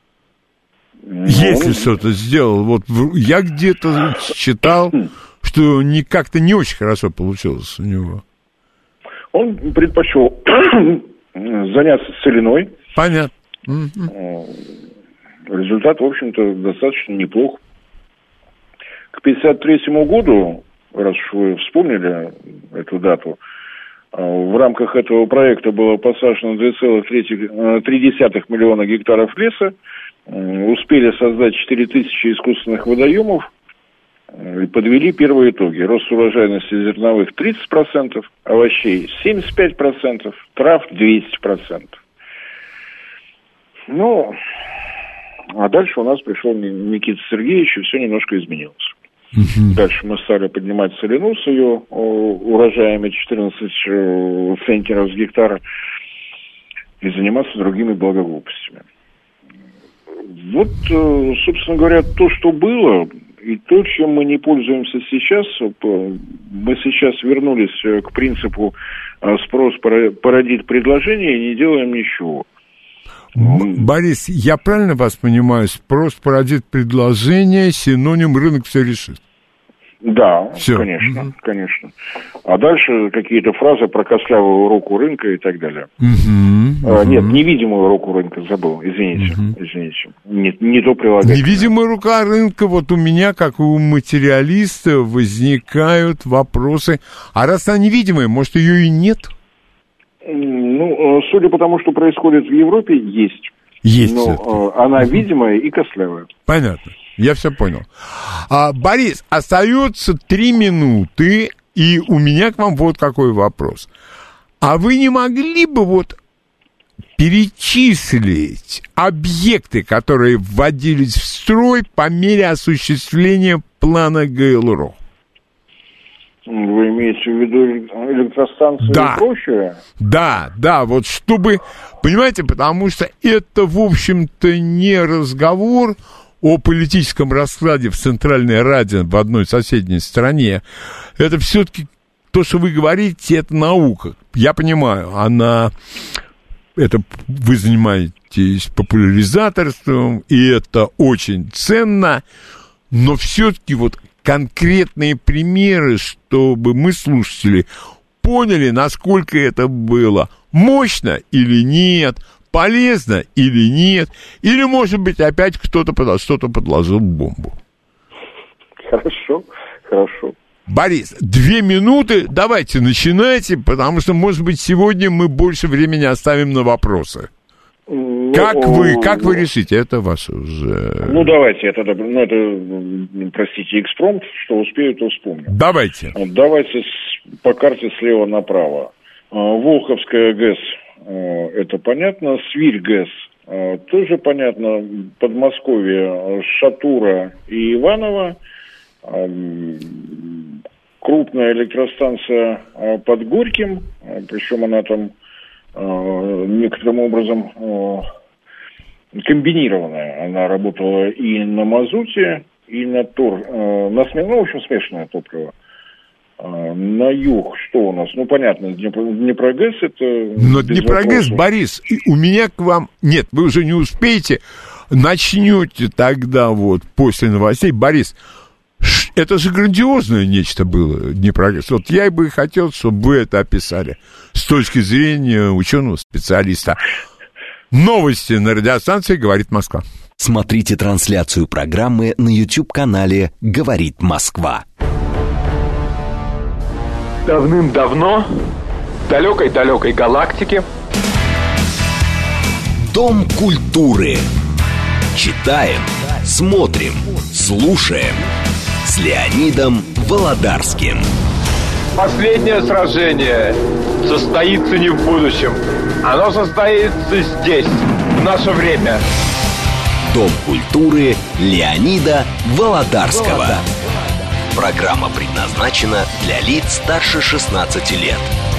Ну, Если он... что-то сделал, вот я где-то читал, что не, как-то не очень хорошо получилось у него. Он предпочел заняться целиной. Понятно. Результат, в общем-то, достаточно неплох. К пятьдесят третьему году, раз уж вы вспомнили эту дату, в рамках этого проекта было посажено два целых три десятых миллиона гектаров леса, успели создать четыре тысячи искусственных водоемов и подвели первые итоги. Рост урожайности зерновых тридцать процентов, овощей семьдесят пять процентов, трав двести процентов. Ну, а дальше у нас пришел Никита Сергеевич, и все немножко изменилось. Uh-huh. Дальше мы стали поднимать целину с ее урожаями четырнадцать центнеров с гектара и заниматься другими благоглупостями. Вот, собственно говоря, то, что было, И то, чем мы не пользуемся сейчас, мы сейчас вернулись к принципу спрос породит предложение и не делаем ничего. Борис, я правильно вас понимаю, спрос породит предложение, синоним рынок все решит? Да, Всё. конечно, Угу. конечно. А дальше какие-то фразы про костлявую руку рынка и так далее. Угу, А, угу. Нет, невидимую руку рынка забыл, извините, Угу. извините. Не, не то прилагательное. Невидимая рука рынка, вот у меня, как у материалиста, возникают вопросы. А раз она невидимая, может, ее и нет? Ну, судя по тому, что происходит в Европе, есть. Есть. Но э, она видимая и костлявая. Понятно. Я все понял. А, Борис, остается три минуты, и у меня к вам вот какой вопрос. А вы не могли бы вот перечислить объекты, которые вводились в строй по мере осуществления плана ГЛРО? Вы имеете в виду электростанции Да. и прочее? Да, да, вот чтобы, понимаете, потому что это, в общем-то, не разговор о политическом раскладе в Центральной Раде в одной соседней стране. Это все-таки то, что вы говорите, это наука. Я понимаю, она, это вы занимаетесь популяризаторством, и это очень ценно, но все-таки вот конкретные примеры, чтобы мы, слушатели, поняли, насколько это было мощно или нет, полезно или нет, или, может быть, опять кто-то под, что-то подложил бомбу. Хорошо, хорошо. Борис, две минуты, давайте начинайте, потому что, может быть, сегодня мы больше времени оставим на вопросы. Ну, Как вы, как вы решите? Это ваше уже... Ну, давайте, это, ну, это, простите, экспромт, что успею, то вспомню. Давайте. Давайте с, по карте слева направо. Волховская ГЭС, это понятно. Свирь ГЭС, тоже понятно. Подмосковье, Шатура и Иваново. Крупная электростанция под Горьким, причем она там некоторым образом комбинированная. Она работала и на мазуте, и на тор, на сме... ну, в общем, смешанное топливо. На юг что у нас? Ну, понятно, Днепр... Днепрогэс это... Но Днепрогэс, Борис, у меня к вам... Нет, вы уже не успеете. Начнете тогда вот после новостей. Борис, это же грандиозное нечто было, Днепрогэс. Вот я бы хотел, чтобы вы это описали с точки зрения ученого-специалиста. Новости на радиостанции «Говорит Москва». Смотрите трансляцию программы на YouTube-канале «Говорит Москва». Давным-давно в далекой-далекой галактике Дом культуры. Читаем, смотрим, слушаем с Леонидом Володарским. последнее сражение состоится не в будущем. Оно состоится здесь, в наше время. Дом культуры Леонида Володарского. Программа предназначена для лиц старше шестнадцати лет.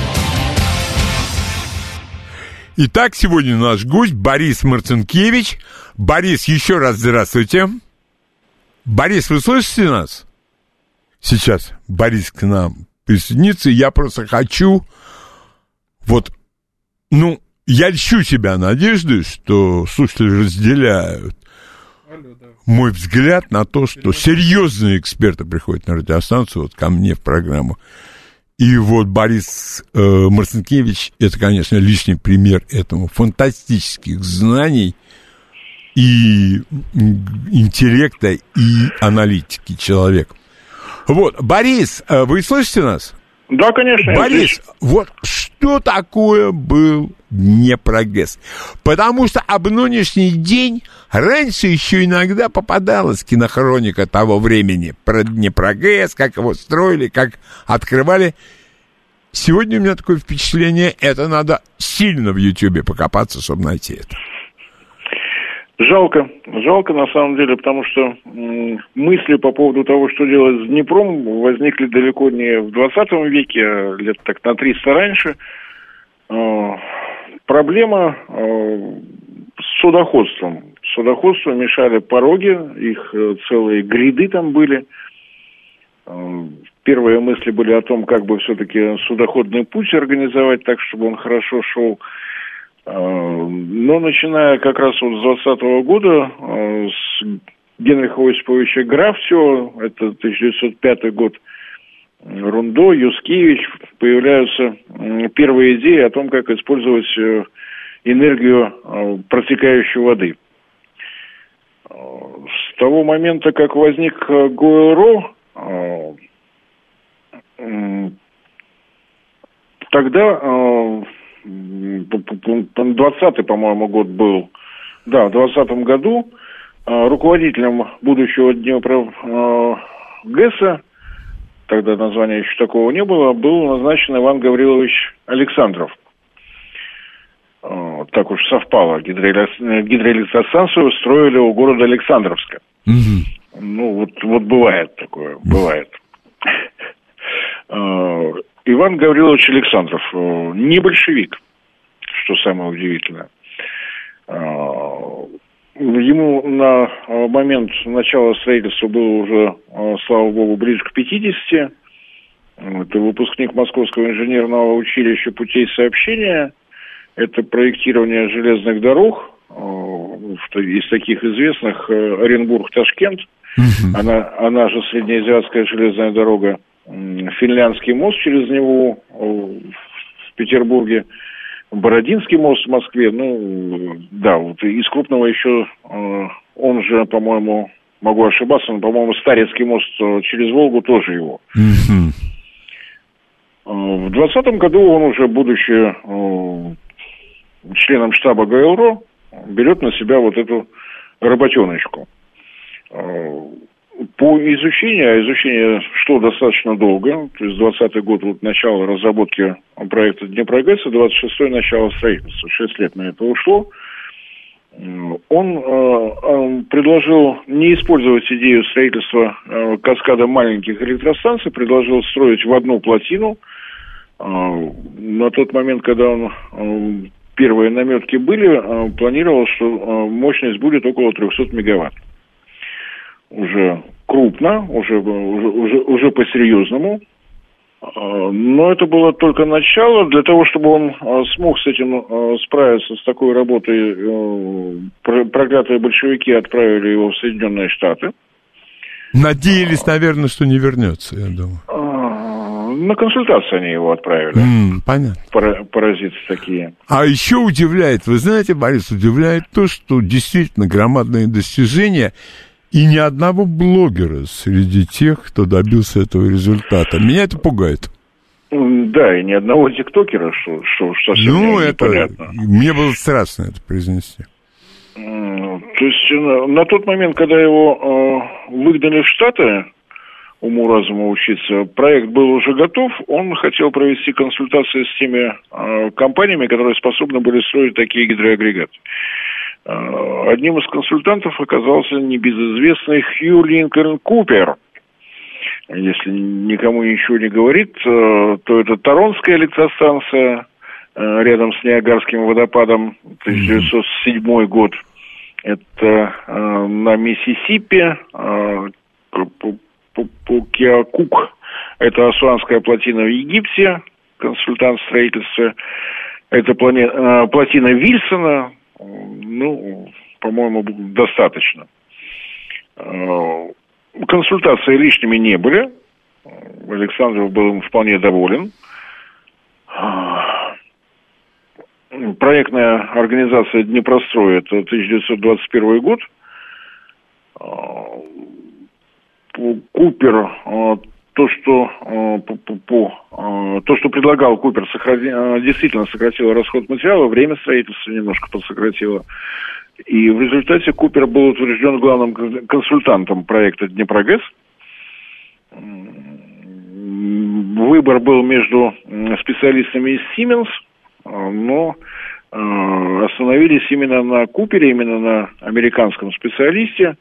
Итак, сегодня наш гость Борис Марцинкевич. Борис, еще раз здравствуйте. Борис, вы слышите нас? Сейчас Борис к нам присоединится. Я просто хочу... Вот, ну, я льщу себя надеждой, что слушатели разделяют мой взгляд на то, что серьезные эксперты приходят на радиостанцию, вот ко мне в программу. И вот Борис э, Марцинкевич, это, конечно, лишний пример этому. Фантастических знаний и интеллекта, и аналитики человек. Вот, Борис, вы слышите нас? Да, конечно. Борис, вот что такое был Днепрогэс? Потому что об нынешний день раньше еще иногда попадалась кинохроника того времени про Днепрогэс, как его строили, как открывали. Сегодня у меня такое впечатление, это надо сильно в Ютьюбе покопаться, чтобы найти это. Жалко, жалко на самом деле, потому что м- мысли по поводу того, что делать с Днепром, возникли далеко не в двадцатом веке, а лет так на триста раньше. Э- проблема э- с судоходством. судоходству мешали пороги, их целые гряды там были. Первые мысли были о том, как бы все-таки судоходный путь организовать так, чтобы он хорошо шел. Но начиная как раз вот с двадцатого года, с Генриха Осиповича Графтио, это тысяча девятьсот пятый год, Рундо, Юскевич, появляются первые идеи о том, как использовать энергию протекающей воды. С того момента, как возник ГОЭЛРО, тогда, двадцатый, по-моему, год был, да, в двадцатом году руководителем будущего Днепрогэса, тогда названия еще такого не было, был назначен Иван Гаврилович Александров. Так уж совпало, гидроэлектростанцию строили у города Александровска. Mm-hmm. Ну, вот, вот бывает такое, бывает. Иван Гаврилович Александров, не большевик, что самое удивительное. Ему на момент начала строительства было уже, слава богу, ближе к пятидесяти. Это выпускник Московского инженерного училища путей сообщения. Это проектирование железных дорог. Из таких известных Оренбург-Ташкент. Uh-huh. Она, она же Среднеазиатская железная дорога. Финляндский мост через него в Петербурге. Бородинский мост в Москве, ну, да, вот из крупного еще, э, он же, по-моему, могу ошибаться, но, по-моему, Старецкий мост через Волгу тоже его. Mm-hmm. Э, в двадцатом году он уже, будучи э, членом штаба ГОЭЛРО, берет на себя вот эту работеночку. Э, По изучению, а изучение шло достаточно долго, то есть двадцатый год, вот начало разработки проекта Днепрогэса, двадцать шестой начало строительства, шесть лет на это ушло. Он э, предложил не использовать идею строительства э, каскада маленьких электростанций, предложил строить в одну плотину. Э, на тот момент, когда он, э, первые наметки были, э, планировал, что э, мощность будет около триста мегаватт. Уже крупно, уже, уже, уже, уже по-серьезному. Но это было только начало. Для того, чтобы он смог с этим справиться, с такой работой, проклятые большевики отправили его в Соединенные Штаты. Надеялись, наверное, что не вернется, я думаю. На консультации они его отправили. Mm, понятно. Пара- паразиты такие. А еще удивляет, вы знаете, Борис, удивляет то, что действительно громадные достижения... И ни одного блогера среди тех, кто добился этого результата. Меня это пугает. Да, и ни одного тиктокера, что, что совсем ну, непонятно. Это, мне было страшно это произнести. То есть на, на тот момент, когда его э, выгнали в Штаты, уму-разуму учиться, проект был уже готов, он хотел провести консультации с теми э, компаниями, которые способны были строить такие гидроагрегаты. Одним из консультантов оказался небезызвестный Хью Линкольн Купер. Если никому ничего не говорит, то это Торонская электростанция рядом с Ниагарским водопадом, тысяча девятьсот седьмой год. Это на Миссисипи, Кеокук, это Асуанская плотина в Египте, консультант строительства. Это плотина Вильсона. Ну, по-моему, достаточно. Консультации лишними не были. Александров был им вполне доволен. Проектная организация Днепрострой, это тысяча девятьсот двадцать первый год. Купер, то, что, по, по, по, то, что предлагал Купер, сохрани, действительно сократило расход материала, время строительства немножко подсократило. И в результате Купер был утвержден главным консультантом проекта Днепрогэс. Выбор был между специалистами из Siemens, но остановились именно на Купере, именно на американском специалисте.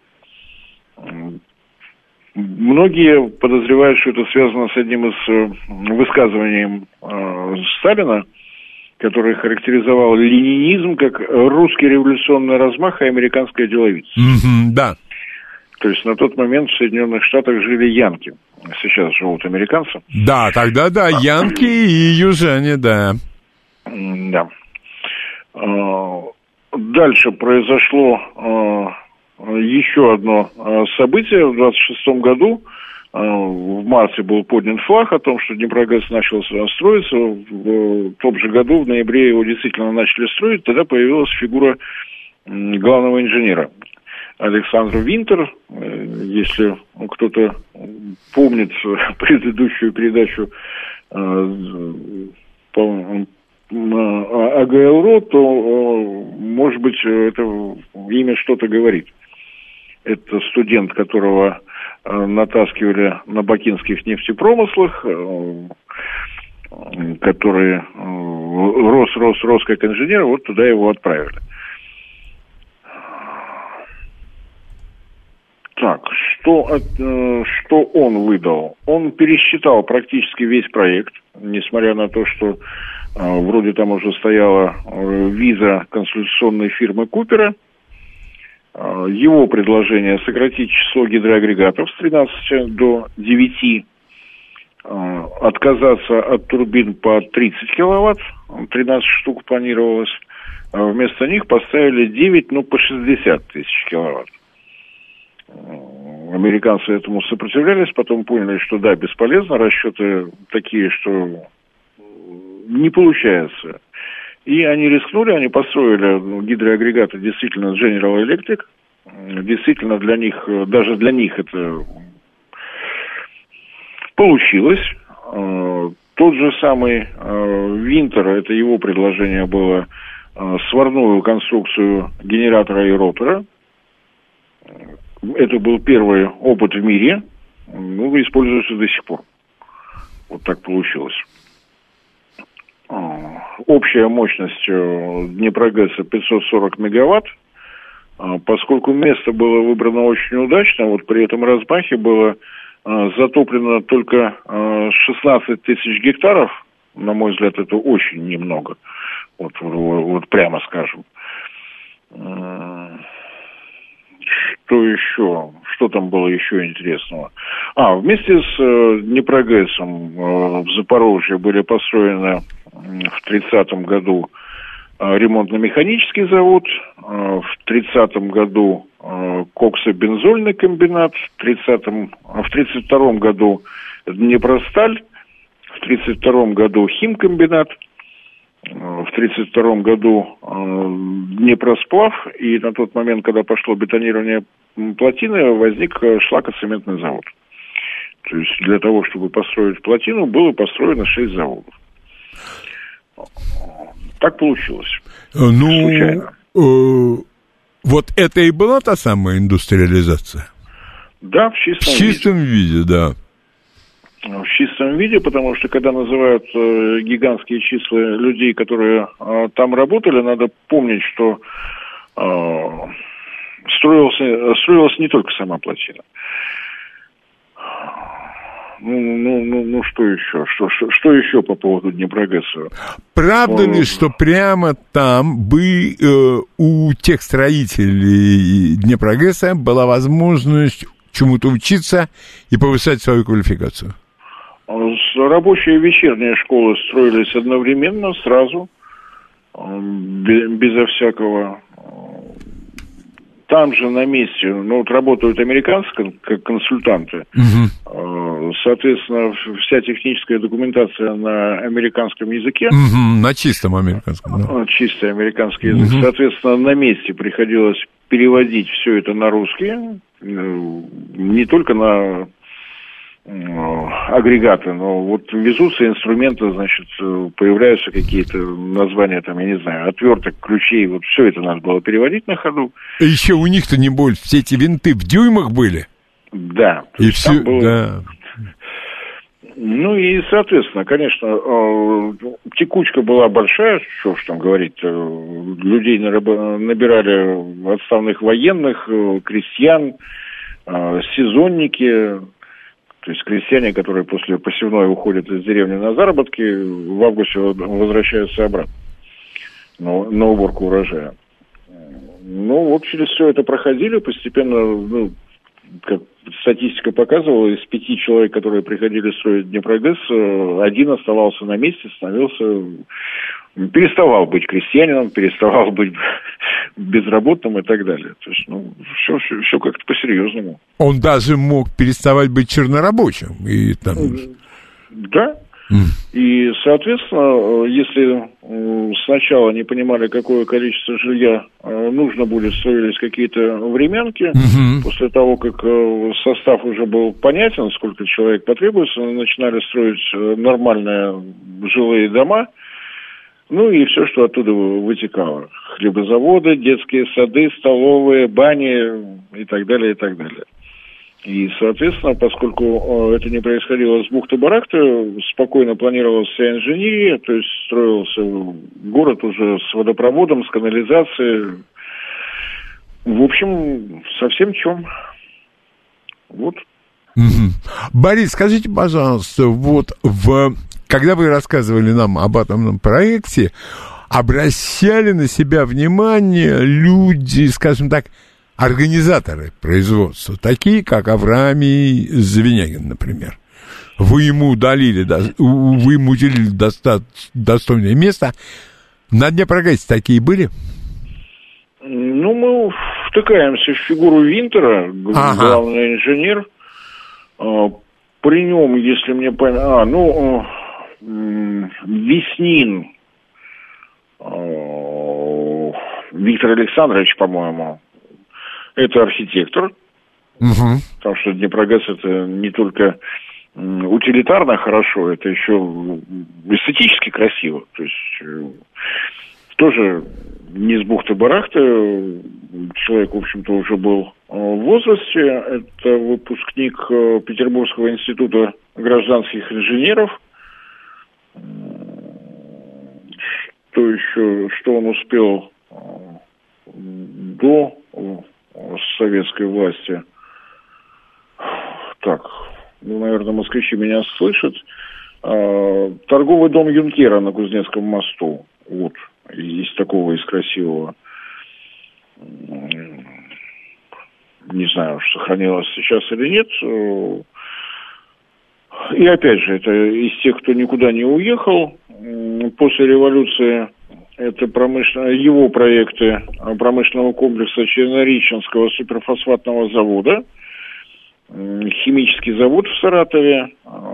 Многие подозревают, что это связано с одним из высказываний Сталина, который характеризовал ленинизм как русский революционный размах и американская деловица. Mm-hmm, да. То есть на тот момент в Соединенных Штатах жили янки. Сейчас живут американцы. Да, тогда да, янки и южане, да. Да. Дальше произошло еще одно событие. В двадцать шестом году в марте был поднят флаг о том, что Днепрогэс начал строиться. В том же году, в ноябре, его действительно начали строить. Тогда появилась фигура главного инженера Александр Винтер. Если кто-то помнит предыдущую передачу по АГЛРО, то, может быть, это имя что-то говорит. Это студент, которого натаскивали на бакинских нефтепромыслах, который рос, рос, рос как инженер, вот туда его отправили. Так, что, что он выдал? Он пересчитал практически весь проект, несмотря на то, что вроде там уже стояла виза консультационной фирмы Купера. Его предложение сократить число гидроагрегатов с тринадцати до девяти, отказаться от турбин по тридцать киловатт, тринадцать штук планировалось, а вместо них поставили девять, ну, по шестьдесят тысяч киловатт. Американцы этому сопротивлялись, потом поняли, что да, бесполезно, расчеты такие, что не получается. И они рискнули, они построили гидроагрегаты действительно General Electric. Действительно для них, даже для них это получилось. Тот же самый Винтер, это его предложение было, сварную конструкцию генератора и ротора. Это был первый опыт в мире, ну, используется до сих пор. Вот так получилось. Общая мощность Днепрогэса пятьсот сорок мегаватт. Поскольку место было выбрано очень удачно, вот при этом размахе было затоплено только шестнадцать тысяч гектаров, на мой взгляд, это очень немного, вот, вот прямо скажем. Что еще? Что там было еще интересного? А, вместе с э, Днепрогэсом э, в Запорожье были построены в тридцатом году э, ремонтно-механический завод, э, в тридцатом году э, коксобензольный комбинат, в тридцатом, в тридцать втором году Днепросталь, в тридцать втором году химкомбинат, в тридцать втором году э, Днепросплав, и на тот момент, когда пошло бетонирование плотины, возник шлакоцементный завод. То есть для того, чтобы построить плотину, было построено шесть заводов. Так получилось. Ну, случайно. Э, вот это и была та самая индустриализация? Да, в чистом, в чистом виде. виде, да. В чистом виде, потому что когда называют э, гигантские числа людей, которые э, там работали, надо помнить, что э, строился, строилась не только сама плотина. Ну, ну, ну, ну что еще? Что, что, что еще по поводу Днепрогэса? Правда ли, что прямо там бы э, у тех строителей Днепрогэса была возможность чему-то учиться и повышать свою квалификацию? Рабочие и вечерние школы строились одновременно, сразу, безо всякого. Там же на месте, ну вот работают американцы как консультанты, угу. Соответственно, вся техническая документация на американском языке. Угу, на чистом американском. Да. Чистый американский язык. Угу. Соответственно, на месте приходилось переводить все это на русский, не только на агрегаты, но вот везутся инструменты, значит, появляются какие-то названия, там, я не знаю, отверток, ключей, вот все это надо было переводить на ходу. И еще у них-то, не больше, все эти винты в дюймах были? Да. И все, было... да. Ну и, соответственно, конечно, текучка была большая, что уж там говорить, людей набирали отставных военных, крестьян, сезонники. То есть крестьяне, которые после посевной уходят из деревни на заработки, в августе возвращаются обратно. на, на уборку урожая. Ну, вот через все это проходили, постепенно, ну, как статистика показывала, из пяти человек, которые приходили строить Днепрогэс, один оставался на месте, становился, переставал быть крестьянином, переставал быть безработным и так далее. То есть, ну, все, все, все как-то по-серьезному. Он даже мог переставать быть чернорабочим. И там... Да. И, соответственно, если сначала не понимали, какое количество жилья нужно будет, строились какие-то времянки, угу. После того, как состав уже был понятен, сколько человек потребуется, начинали строить нормальные жилые дома, ну и все, что оттуда вытекало. Хлебозаводы, детские сады, столовые, бани и так далее, и так далее. И, соответственно, поскольку это не происходило с бухты-барахты, спокойно планировалась вся инженерия, то есть строился город уже с водопроводом, с канализацией. В общем, совсем чем. Вот. Угу. Борис, скажите, пожалуйста, вот в... когда вы рассказывали нам об атомном проекте, обращали на себя внимание люди, скажем так, организаторы производства, такие, как Авраамий Завинягин, например. Вы ему удалили, вы ему уделили достойное место. На Днепрогэсе такие были? Ну, мы втыкаемся в фигуру Винтера, ага. Главный инженер. При нем, если мне память... А, ну, Веснин Виктор Александрович, по-моему, это архитектор, угу. Потому что Днепрогэс это не только утилитарно хорошо, это еще эстетически красиво. То есть тоже не с бухты-барахты, человек, в общем-то, уже был в возрасте. Это выпускник Петербургского института гражданских инженеров. Что еще, что он успел до советской власти. Так, ну, наверное, москвичи меня слышат. А, торговый дом Юнкера на Кузнецком мосту. Вот, из такого, из красивого. Не знаю, сохранилось сейчас или нет. И опять же, это из тех, кто никуда не уехал. После революции это промышленно, его проекты промышленного комплекса Чернореченского суперфосфатного завода, химический завод в Саратове.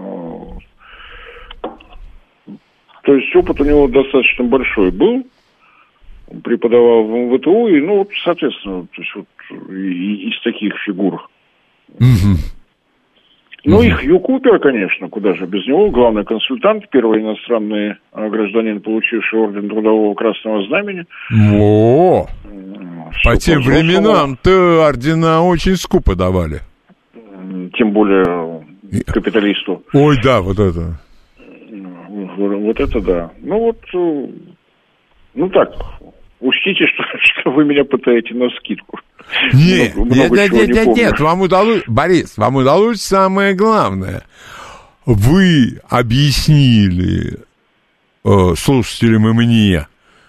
То есть опыт у него достаточно большой был. Он преподавал в эм вэ тэ у, и, ну, вот, соответственно, то есть вот из таких фигур. Mm-hmm. Ну, и Хью Купер, конечно, куда же без него, главный консультант, первый иностранный гражданин, получивший орден Трудового Красного Знамени. О, по тем временам-то ордена очень скупо давали. Тем более капиталисту. Ой, да, вот это. Вот это да. Ну, вот, ну так, учтите, что, что вы меня пытаете на скидку. Нет, много, нет, много нет, нет, не нет, нет, вам удалось, Борис, вам удалось самое главное. Вы объяснили э, слушателям и мне,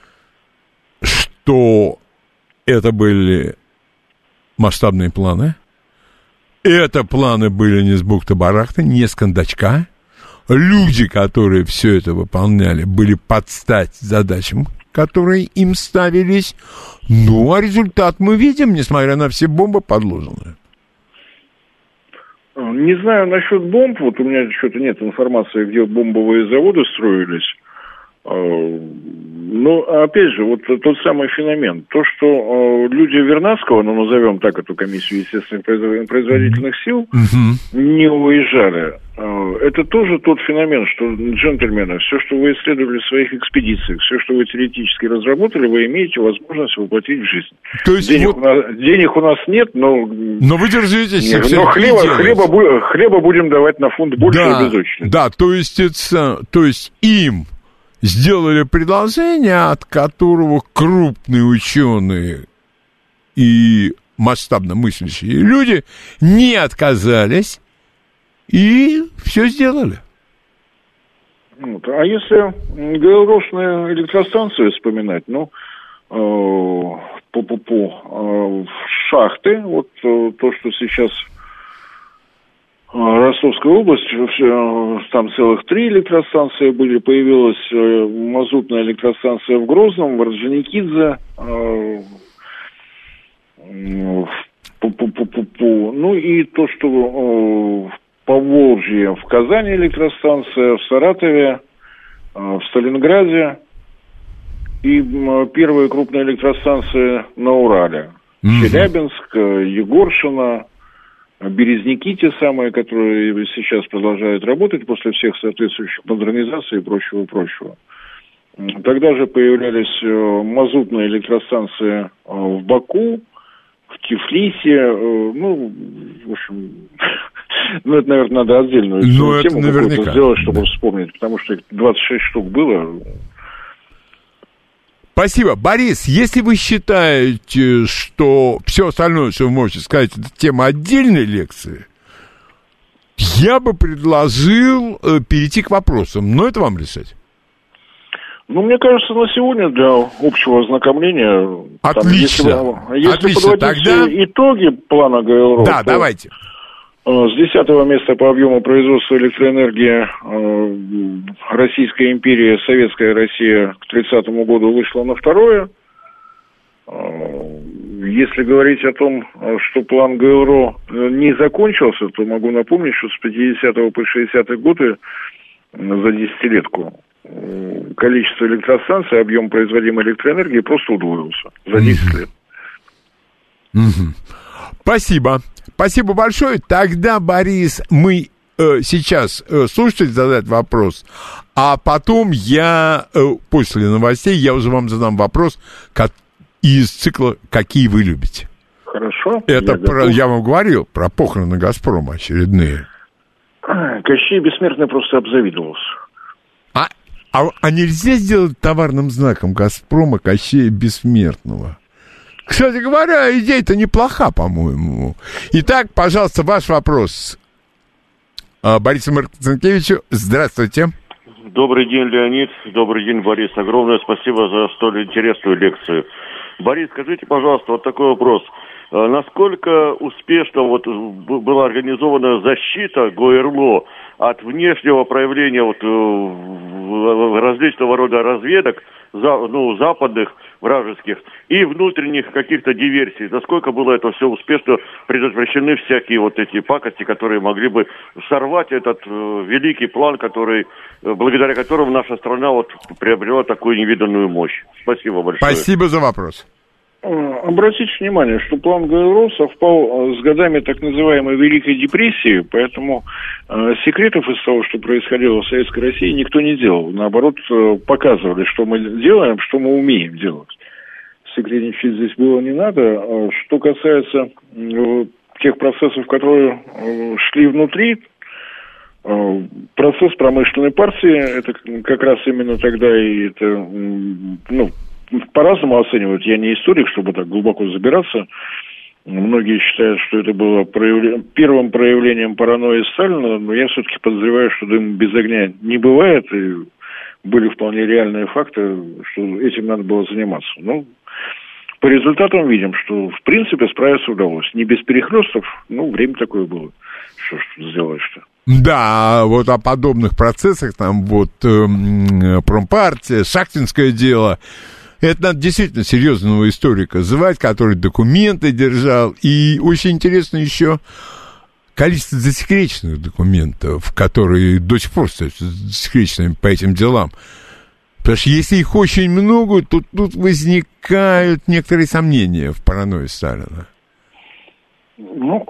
что это были масштабные планы. Это планы были не с бухты-барахты, не с кондачка. Люди, которые все это выполняли, были под стать задачам, которые им ставились. Ну, а результат мы видим, несмотря на все бомбы подложенные. Не знаю насчет бомб. Вот у меня что-то нет информации, где бомбовые заводы строились. Но, опять же, вот тот самый феномен. То, что люди Вернадского, ну, назовем так эту комиссию естественных производительных сил, mm-hmm. не уезжали. Это тоже тот феномен, что, джентльмены, все, что вы исследовали в своих экспедициях, все, что вы теоретически разработали, вы имеете возможность воплотить в жизнь. То есть денег, вот... у нас, денег у нас нет, но... Но вы держитесь. Нет, но хлеба, хлеба, хлеба будем давать на фунт больше, да, без очереди. Да, то есть, это, то есть им сделали предложение, от которого крупные ученые и масштабно мыслящие люди не отказались и все сделали. Вот. А если ГЛРОшные электростанции вспоминать, ну, э, пу-пу-пу, э, шахты, вот э, то, что сейчас э, Ростовская область, э, там целых три электростанции были, появилась э, мазутная электростанция в Грозном, в Орджоникидзе, э, э, пу-пу-пу-пу-пу, ну и то, что э, Поволжье, в Казани электростанция, в Саратове, в Сталинграде и первые крупные электростанции на Урале. Mm-hmm. Челябинск, Егоршина, Березники те самые, которые сейчас продолжают работать после всех соответствующих модернизаций и прочего-прочего. Тогда же появлялись мазутные электростанции в Баку, в Тифлисе, ну, в общем, ну, это, наверное, надо отдельную ну, тему какую-то сделать, чтобы вспомнить, потому что двадцать шесть штук было. Спасибо. Борис, если вы считаете, что все остальное, что вы можете сказать, это тема отдельной лекции, я бы предложил э, перейти к вопросам, но это вам решать. Ну, мне кажется, на сегодня для общего ознакомления... Отлично. Там, если, если Отлично. подводить Тогда... итоги плана ГЛРО... Да, давайте. С десятого места по объему производства электроэнергии э, Российская империя, Советская Россия к тридцатому году вышла на второе. Э, если говорить о том, что план ГЛРО не закончился, то могу напомнить, что с пятидесятого по шестидесятые годы за десятилетку количество электростанций, объем производимой электроэнергии просто удвоился за десять лет. Спасибо. Спасибо большое. Тогда, Борис, мы э, сейчас э, слушатель задать вопрос, а потом я, э, после новостей, я уже вам задам вопрос как, из цикла «Какие вы любите?». Хорошо. Это я, про, я вам говорил про похороны «Газпрома» очередные. Кощей Бессмертный просто обзавидовался. А, а, а нельзя сделать товарным знаком «Газпрома» Кощея Бессмертного? Кстати говоря, идея-то неплоха, по-моему. Итак, пожалуйста, ваш вопрос Борису Марцинкевичу. Здравствуйте. Добрый день, Леонид. Добрый день, Борис. Огромное спасибо за столь интересную лекцию. Борис, скажите, пожалуйста, вот такой вопрос. Насколько успешно вот была организована защита ГОЭРЛО от внешнего проявления вот различного рода разведок, ну, западных, вражеских, и внутренних каких-то диверсий? Насколько было это все успешно предотвращены всякие вот эти пакости, которые могли бы сорвать этот э, великий план, который, э, благодаря которому наша страна вот приобрела такую невиданную мощь? Спасибо большое. Спасибо за вопрос. Обратите внимание, что план ГЛРО совпал с годами так называемой Великой депрессии, поэтому э, секретов из того, что происходило в Советской России, никто не делал. Наоборот, э, показывали, что мы делаем, что мы умеем делать. Секретничать здесь было не надо. Что касается э, тех процессов, которые э, шли внутри, э, процесс промышленной партии, это как раз именно тогда и это, э, ну, по-разному оценивают. Я не историк, чтобы так глубоко забираться. Многие считают, что это было проявле... первым проявлением паранойи Сталина, но я все-таки подозреваю, что дым без огня не бывает, и были вполне реальные факты, что этим надо было заниматься. Но по результатам видим, что в принципе справиться удалось. Не без перехлестов, ну, время такое было. Что ж сделаешь-то? Да, вот о подобных процессах, там вот э, промпартия, шахтинское дело. Это надо действительно серьезного историка звать, который документы держал. И очень интересно еще количество засекреченных документов, которые до сих пор остаются засекреченными по этим делам. Потому что если их очень много, то тут возникают некоторые сомнения в паранойи Сталина. Ну,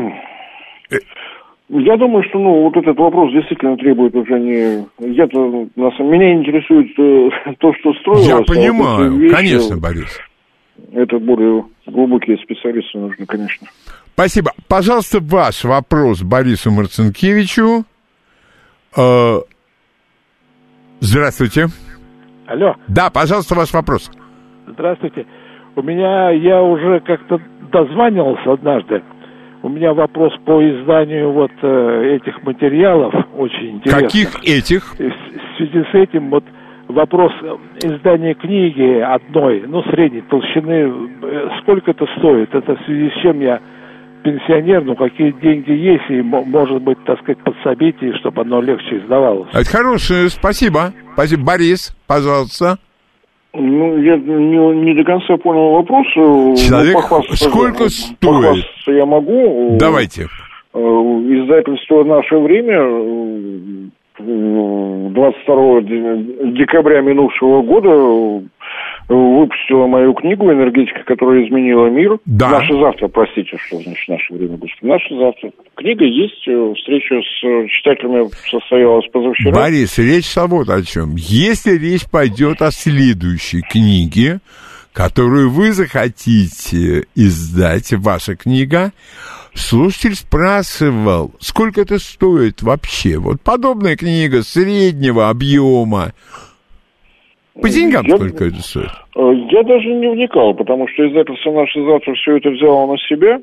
я думаю, что, ну, вот этот вопрос действительно требует уже не... Я-то, нас, меня интересует э, то, что строилось. Я понимаю, а вот вещи, конечно, Борис. Это более глубокие специалисты нужны, конечно. Спасибо. Пожалуйста, ваш вопрос Борису Марцинкевичу. Э, здравствуйте. Алло. Да, пожалуйста, ваш вопрос. Здравствуйте. У меня, я уже как-то дозванивался однажды. У меня вопрос по изданию вот э, этих материалов, очень интересно. Каких этих? В, в связи с этим вот вопрос издания книги одной, ну, средней толщины, э, сколько это стоит? Это в связи с чем я пенсионер, ну, какие деньги есть, и, может быть, так сказать, подсобите, чтобы оно легче издавалось. Это хорошее, спасибо. Спасибо. Борис, пожалуйста. Ну, я не, не до конца понял вопрос. Человек, ну, сколько стоит? Похвастаться я могу. Давайте. Издательство «Наше время» двадцать второго декабря минувшего года выпустила мою книгу «Энергетика, которая изменила мир». Да. «Наше завтра», простите, что значит «Наше время», господи. «Наше завтра». Книга есть, встреча с читателями состоялась позавчера. Борис, речь шла вот о чем. Если речь пойдет о следующей книге, которую вы захотите издать, ваша книга, слушатель спрашивал, сколько это стоит вообще. Вот подобная книга среднего объема. По деньгам я, сколько это стоит? Я даже не вникал, потому что издательство «Наше завтра» все это взяло на себя,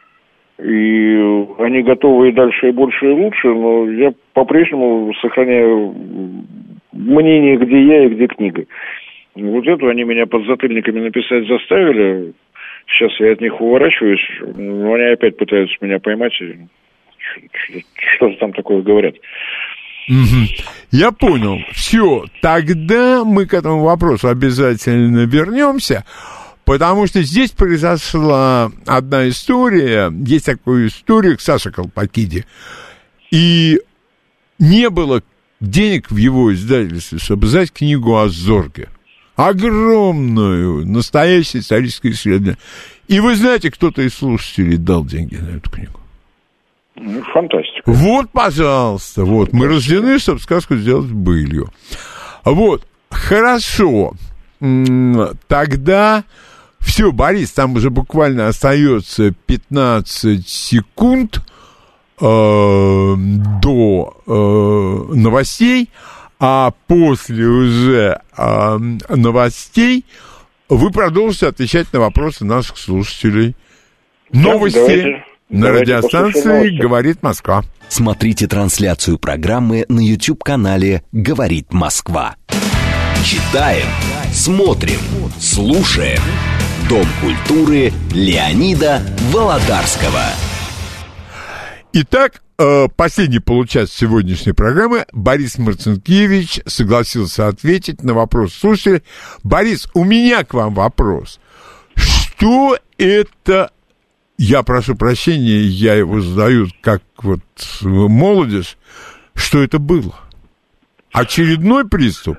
и они готовы и дальше, и больше, и лучше, но я по-прежнему сохраняю мнение, где я и где книга. Вот эту они меня под затыльниками написать заставили. Сейчас я от них уворачиваюсь, но они опять пытаются меня поймать, и что-то там такое говорят. Угу. Я понял. Все, тогда мы к этому вопросу обязательно вернемся, потому что здесь произошла одна история, есть такая история к Саше Колпакиде, и не было денег в его издательстве, чтобы издать книгу о Зорге. Огромную, настоящее историческое исследование. И вы знаете, кто-то из слушателей дал деньги на эту книгу. Фантастика. Вот, пожалуйста, вот, мы рождены, чтобы сказку сделать былью. Вот, хорошо. Тогда все, Борис, там уже буквально остается пятнадцать секунд э, до э, новостей, а после уже э, новостей вы продолжите отвечать на вопросы наших слушателей. Новости. Давайте. На Давайте радиостанции «Говорит Москва». Смотрите трансляцию программы на YouTube-канале «Говорит Москва». Читаем, смотрим, слушаем. Дом культуры Леонида Володарского. Итак, последний получас сегодняшней программы. Борис Марцинкевич согласился ответить на вопрос слушателя. Борис, у меня к вам вопрос. Что это... Я прошу прощения, я его задаю как вот молодежь. Что это было? Очередной приступ?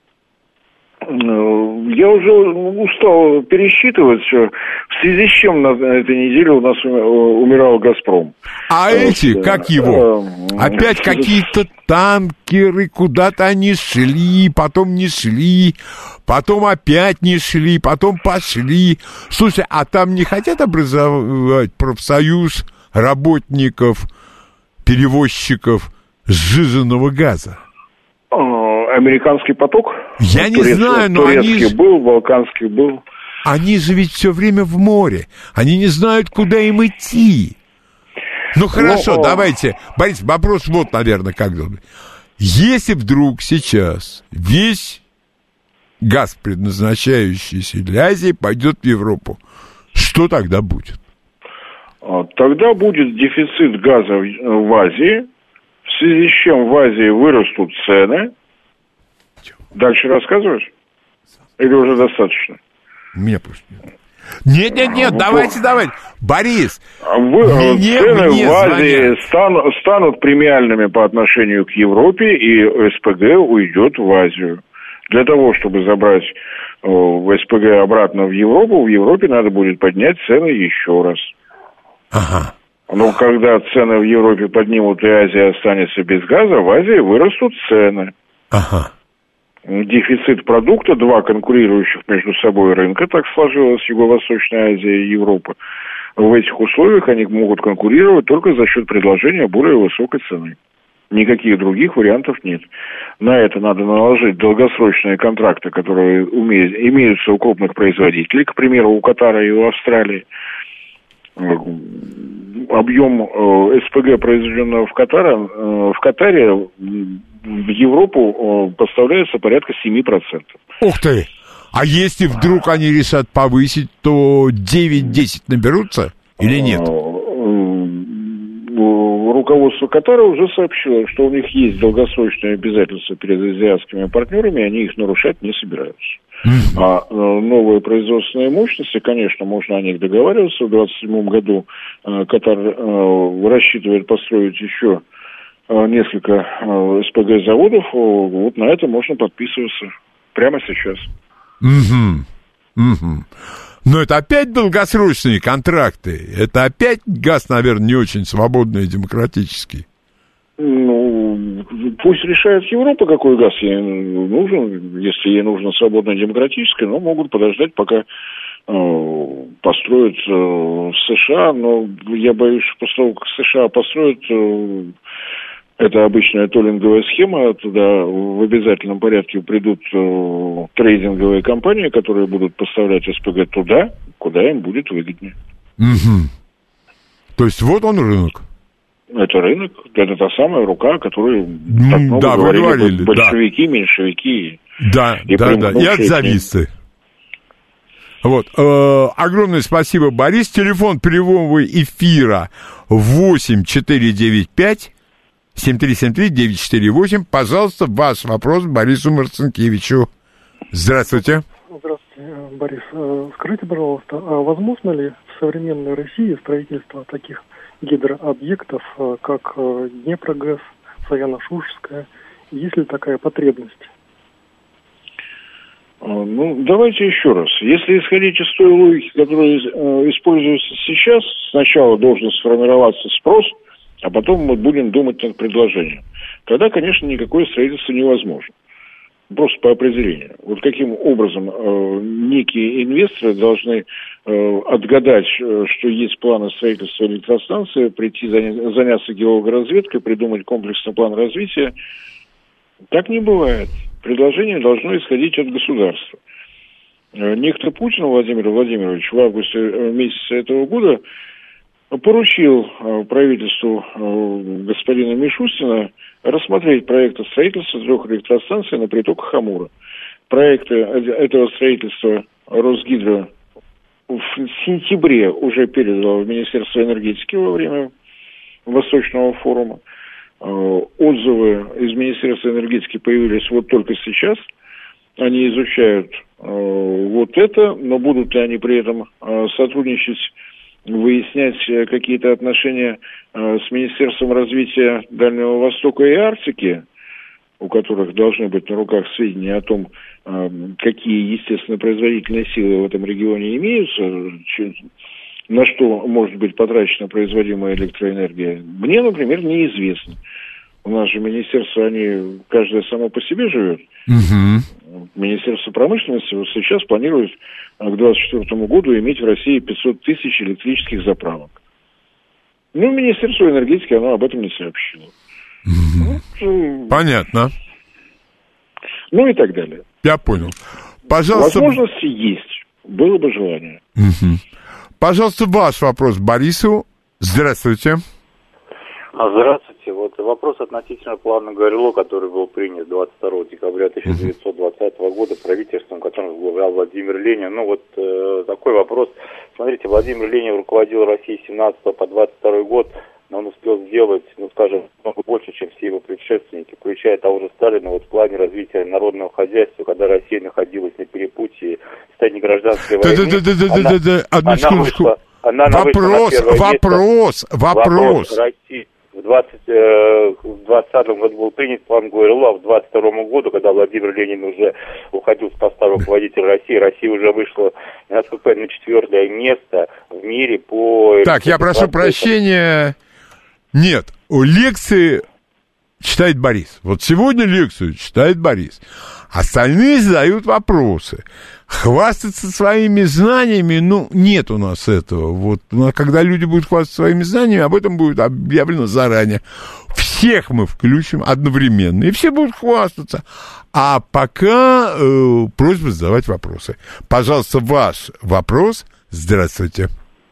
Я уже устал пересчитывать, в связи с чем на этой неделе у нас умирал «Газпром». А вот, эти, как его? Опять какие-то танкеры, куда-то они шли, потом не шли, потом опять не шли, потом пошли. Слушай, а там не хотят образовать профсоюз работников, перевозчиков сжиженного газа? Американский поток? Я не Турецкий, знаю, но турецкий они... был, балканский был. Они же ведь все время в море. Они не знают, куда им идти. Ну, хорошо, но... давайте. Борис, вопрос вот, наверное, как должен быть. Если вдруг сейчас весь газ, предназначающийся для Азии, пойдет в Европу, что тогда будет? Тогда будет дефицит газа в Азии, в связи с чем в Азии вырастут цены. Дальше рассказываешь? Или уже достаточно? Меня просто нет. Нет, нет, нет, а, давайте, вот. давайте. Борис, Вы, мне, цены мне в Азии станут, станут премиальными по отношению к Европе, и СПГ уйдет в Азию. Для того, чтобы забрать э, СПГ обратно в Европу, в Европе надо будет поднять цены еще раз. Ага. Но когда цены в Европе поднимут и Азия останется без газа, в Азии вырастут цены. Ага. Дефицит продукта, два конкурирующих между собой рынка, так сложилось Юго-Восточная Азия и Европа. В этих условиях они могут конкурировать только за счет предложения более высокой цены. Никаких других вариантов нет. На это надо наложить долгосрочные контракты, которые умеют, имеются у крупных производителей, к примеру, у Катара и у Австралии. объем э, СПГ, произведенного в Катаре, э, в Катаре в Европу э, поставляется порядка семь процентов. Ух ты! А если вдруг они решат повысить, то девять-десять наберутся или нет? Руководство Катара уже сообщило, что у них есть долгосрочные обязательства перед азиатскими партнерами, они их нарушать не собираются. Mm-hmm. А новые производственные мощности, конечно, можно о них договариваться. В двадцать седьмом году Катар рассчитывает построить еще несколько СПГ-заводов. Вот на это можно подписываться прямо сейчас. Угу. Угу. Но это опять долгосрочные контракты. Это опять газ, наверное, не очень свободный и демократический. Ну, пусть решает Европа, какой газ ей нужен. Если ей нужно свободное демократическое, но могут подождать, пока э, построят э, США. Но я боюсь, что после того, как США построят... Э, Это обычная толлинговая схема, туда в обязательном порядке придут э, трейдинговые компании, которые будут поставлять СПГ туда, куда им будет выгоднее. Угу. То есть вот он рынок. Это рынок, это та самая рука, о которой ну, так много да, говорили, говорили большевики, да. меньшевики. Да, и да, да, и отзависты. Вот. Э, огромное спасибо, Борис. Телефон прямого эфира восемь четыре девять пять семь три семь три девять четыре восемь. Пожалуйста, ваш вопрос Борису Марцинкевичу. Здравствуйте. Здравствуйте, Борис. Скажите, пожалуйста, а возможно ли в современной России строительство таких гидрообъектов, как Днепрогэс, Саяно-Шушская? Есть ли такая потребность? Ну, давайте еще раз. Если исходить из той логики, которая используется сейчас, сначала должен сформироваться спрос, а потом мы будем думать над предложением. Тогда, конечно, никакое строительство невозможно. Просто по определению. Вот каким образом э, некие инвесторы должны э, отгадать, э, что есть планы строительства электростанции, прийти заня- заняться геологоразведкой, придумать комплексный план развития. Так не бывает. Предложение должно исходить от государства. Э, некто Путин Владимир Владимирович в августе э, месяце этого года поручил э, правительству э, господина Мишустина рассмотреть проекты строительства трех электростанций на притоках Амура. Проекты этого строительства Росгидро в сентябре уже передал в Министерство энергетики во время Восточного форума. Э, отзывы из Министерства энергетики появились вот только сейчас. Они изучают э, вот это, но будут ли они при этом э, сотрудничать, выяснять какие-то отношения э, с Министерством развития Дальнего Востока и Арктики, у которых должны быть на руках сведения о том, э, какие естественно-производительные силы в этом регионе имеются, че, на что может быть потрачена производимая электроэнергия, мне, например, неизвестно. У нас же министерство, они, каждое само по себе живет. Угу. Министерство промышленности вот сейчас планирует к двадцать четвёртому году иметь в России пятьсот тысяч электрических заправок. Ну, Министерство энергетики, оно об этом не сообщило. Угу. Вот, понятно. Ну и так далее. Я понял. Пожалуйста. Возможности есть. Было бы желание. Угу. Пожалуйста, ваш вопрос Борису. Здравствуйте. Здравствуйте. Вот вопрос относительно плана ГРЛО, который был принят двадцать второго декабря тысяча девятьсот двадцатого года правительством, которым возглавлял Владимир Ленин. Ну вот э, такой вопрос. Смотрите, Владимир Ленин руководил Россией с семнадцатого по двадцать второй год, но он успел сделать, ну скажем, много больше, чем все его предшественники, включая того же Сталина, вот в плане развития народного хозяйства, когда Россия находилась на перепутье состояния гражданской войны. Да-да-да-да-да-да, одну секундочку. Вопрос, вопрос, вопрос. России. В двадцатом году был принят план ГРЛО, а в двадцать втором году, когда Владимир Ленин уже уходил с поста руководителя России, Россия уже вышла, насколько я понимаю, на четвертое место в мире по... Так, я прошу прощения. Нет, лекции читает Борис. Вот сегодня лекцию читает Борис. Остальные задают вопросы. Хвастаться своими знаниями, ну, нет у нас этого. Вот, когда люди будут хвастаться своими знаниями, об этом будет объявлено заранее. Всех мы включим одновременно, и все будут хвастаться. А пока э, просьба задавать вопросы. Пожалуйста, ваш вопрос. Здравствуйте.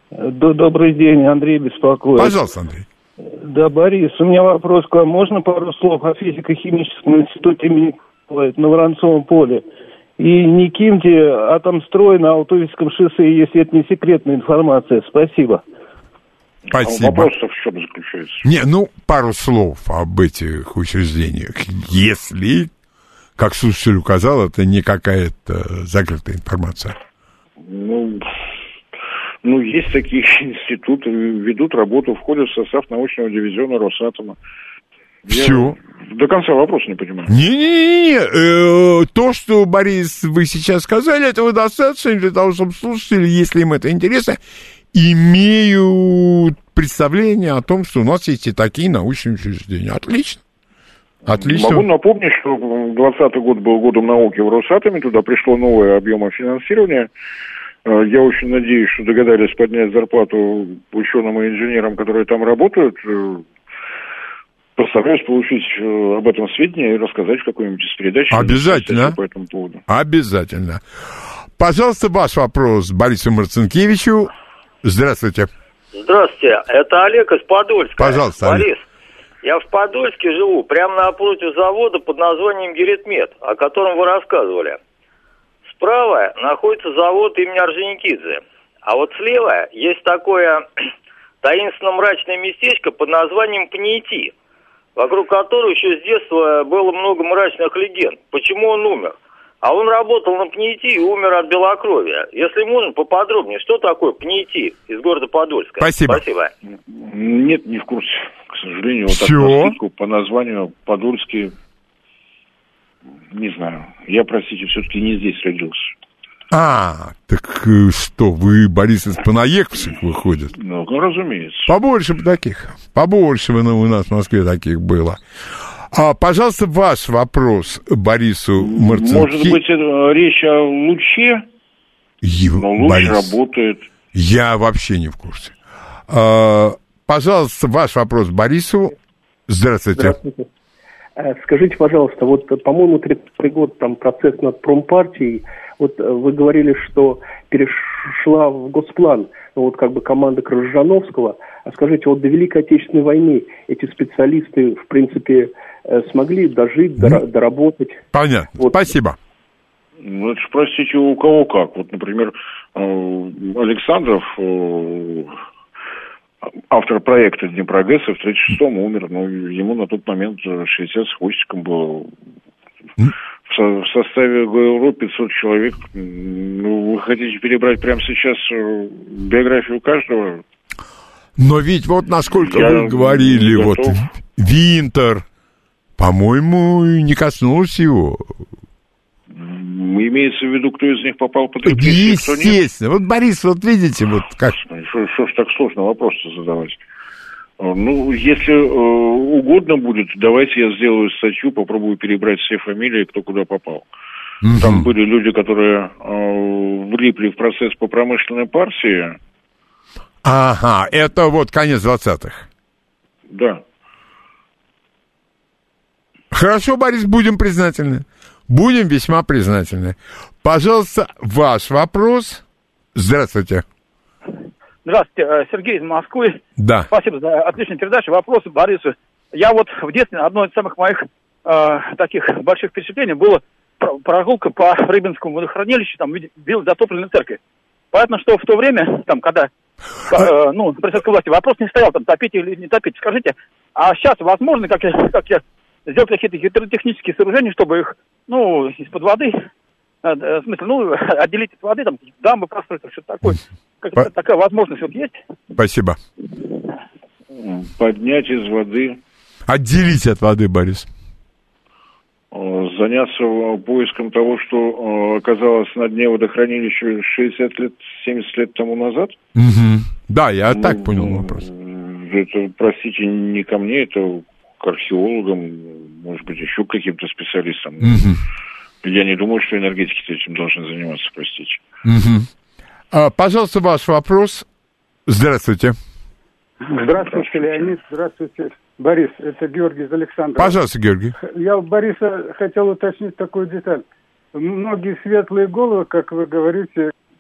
Добрый день, Андрей беспокоит. Пожалуйста, Андрей. Да, Борис, у меня вопрос к вам. Можно пару слов о физико-химическом институте имени на Воронцовом поле? И не киньте Атомстрой на Аутовицком шоссе, если это не секретная информация. Спасибо. Спасибо. А вопрос в чем заключается? Не, ну, пару слов об этих учреждениях. Если, как слушатель указал, это не какая-то закрытая информация. Ну, ну, есть такие институты, ведут работу, входят в состав научного дивизиона Росатома. Все. Я до конца вопроса не понимаю. Не-не-не, то, что, Борис, вы сейчас сказали, этого достаточно для того, чтобы слушатели, если им это интересно, имеют представление о том, что у нас есть и такие научные учреждения. Отлично. Отлично. Могу напомнить, что двадцатый год был годом науки в Росатоме, туда пришло новое объемы финансирования. Я очень надеюсь, что догадались поднять зарплату ученым и инженерам, которые там работают. Постараюсь получить об этом сведения и рассказать в какой-нибудь из передач. Обязательно. По этому поводу. Обязательно. Пожалуйста, ваш вопрос Борису Марцинкевичу. Здравствуйте. Здравствуйте, это Олег из Подольска. Пожалуйста, Борис, Олег. я в Подольске живу, прямо напротив завода под названием Геретмет, о котором вы рассказывали. Справа находится завод имени Орджоникидзе, а вот слева есть такое таинственно-мрачное местечко под названием Пнейти, вокруг которого еще с детства было много мрачных легенд. Почему он умер? А он работал на Пнейти и умер от белокровия. Если можно, поподробнее, что такое Пнейти из города Подольска? Спасибо. Спасибо. Нет, не в курсе, к сожалению. Вот Все. так по названию Подольский, не знаю. Я, простите, все-таки не здесь родился. А, так что, вы, Борис, из понаехавших выходит? Ну, разумеется. Побольше бы таких. Побольше бы ну, у нас в Москве таких было. А, пожалуйста, ваш вопрос Борису Марцинкевичу. Может быть, это речь о луче? Его, но луч Борис, работает. Я вообще не в курсе. А, пожалуйста, ваш вопрос Борису. Здравствуйте. Здравствуйте. Скажите, пожалуйста, вот, по-моему, тридцать второй год, там, процесс над промпартией, вот вы говорили, что перешла в Госплан, ну, вот как бы команда Крыжановского, а скажите, вот до Великой Отечественной войны эти специалисты, в принципе, смогли дожить, дор- доработать? Понятно, вот. Спасибо. Ну, это ж, простите, у кого как. Вот, например, Александров, автор проекта Днепрогэс, в тридцать шестом умер, но ему на тот момент шестьдесят с хвостиком было. В, со- в составе ГРУ пятьсот человек. Ну, вы хотите перебрать прямо сейчас биографию каждого? Но ведь вот насколько Я вы говорили, вот Винтер, по-моему, не коснулся его. Имеется в виду, кто из них попал под репрессии, кто нет? Естественно. Вот, Борис, вот видите, вот как... Что, что ж так сложно вопрос-то задавать? Ну, если э, угодно будет, давайте я сделаю статью, попробую перебрать все фамилии, кто куда попал. Угу. Там были люди, которые э, влипли в процесс по промышленной партии. Ага, это вот конец двадцатых. Да. Хорошо, Борис, будем признательны. Будем весьма признательны. Пожалуйста, ваш вопрос. Здравствуйте. Здравствуйте, Сергей из Москвы. Да. Спасибо за отличную передачу. Вопрос Борису. Я вот в детстве, одно из самых моих э, таких больших впечатлений было прогулка по Рыбинскому водохранилищу, там видел затопленную церковь. Понятно, что в то время, там, когда, э, ну, при советской власти вопрос не стоял, там, топить или не топить. Скажите, а сейчас возможно, как я, как я сделать какие-то гидротехнические сооружения, чтобы их, ну, из-под воды, э, в смысле, ну, отделить от воды, там, дамбы построить, что-то такое. Как-то такая возможность вот есть? Спасибо. Поднять из воды. Отделить от воды, Борис. Заняться поиском того, что оказалось на дне водохранилища шестьдесят лет, семьдесят лет тому назад. Угу. Да, я ну, так понял вопрос. Это, простите, не ко мне, это к археологам, может быть, еще к каким-то специалистам. Угу. Я не думаю, что энергетики этим должны заниматься, простите. Угу. А, пожалуйста, ваш вопрос. Здравствуйте. Здравствуйте, Леонид. Здравствуйте, Борис. Это Георгий из Александрова. Пожалуйста, Георгий. Я у Бориса хотел уточнить такую деталь. Многие светлые головы, как вы говорите,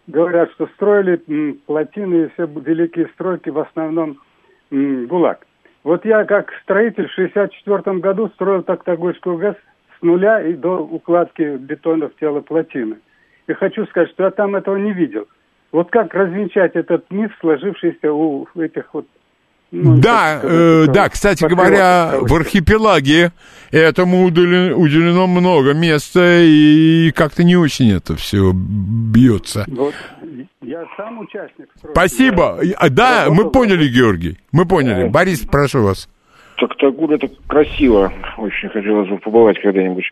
говорят, что строили м, плотины и все великие стройки в основном м, ГУЛАГ. Вот я как строитель в шестьдесят четвёртом году строил Токтагольскую ГЭС с нуля и до укладки бетона в тело плотины. И хочу сказать, что я там этого не видел. Вот как развенчать этот миф, сложившийся у этих вот... Ну, да, э, да, кстати говоря, в архипелаге этому уделено, уделено много места, и как-то не очень это все бьется. Вот, я сам участник. Спасибо. Я... Да, мы поняли, Георгий, мы поняли. Борис, прошу вас. Токтагуль — это красиво. Очень хотелось бы побывать когда-нибудь.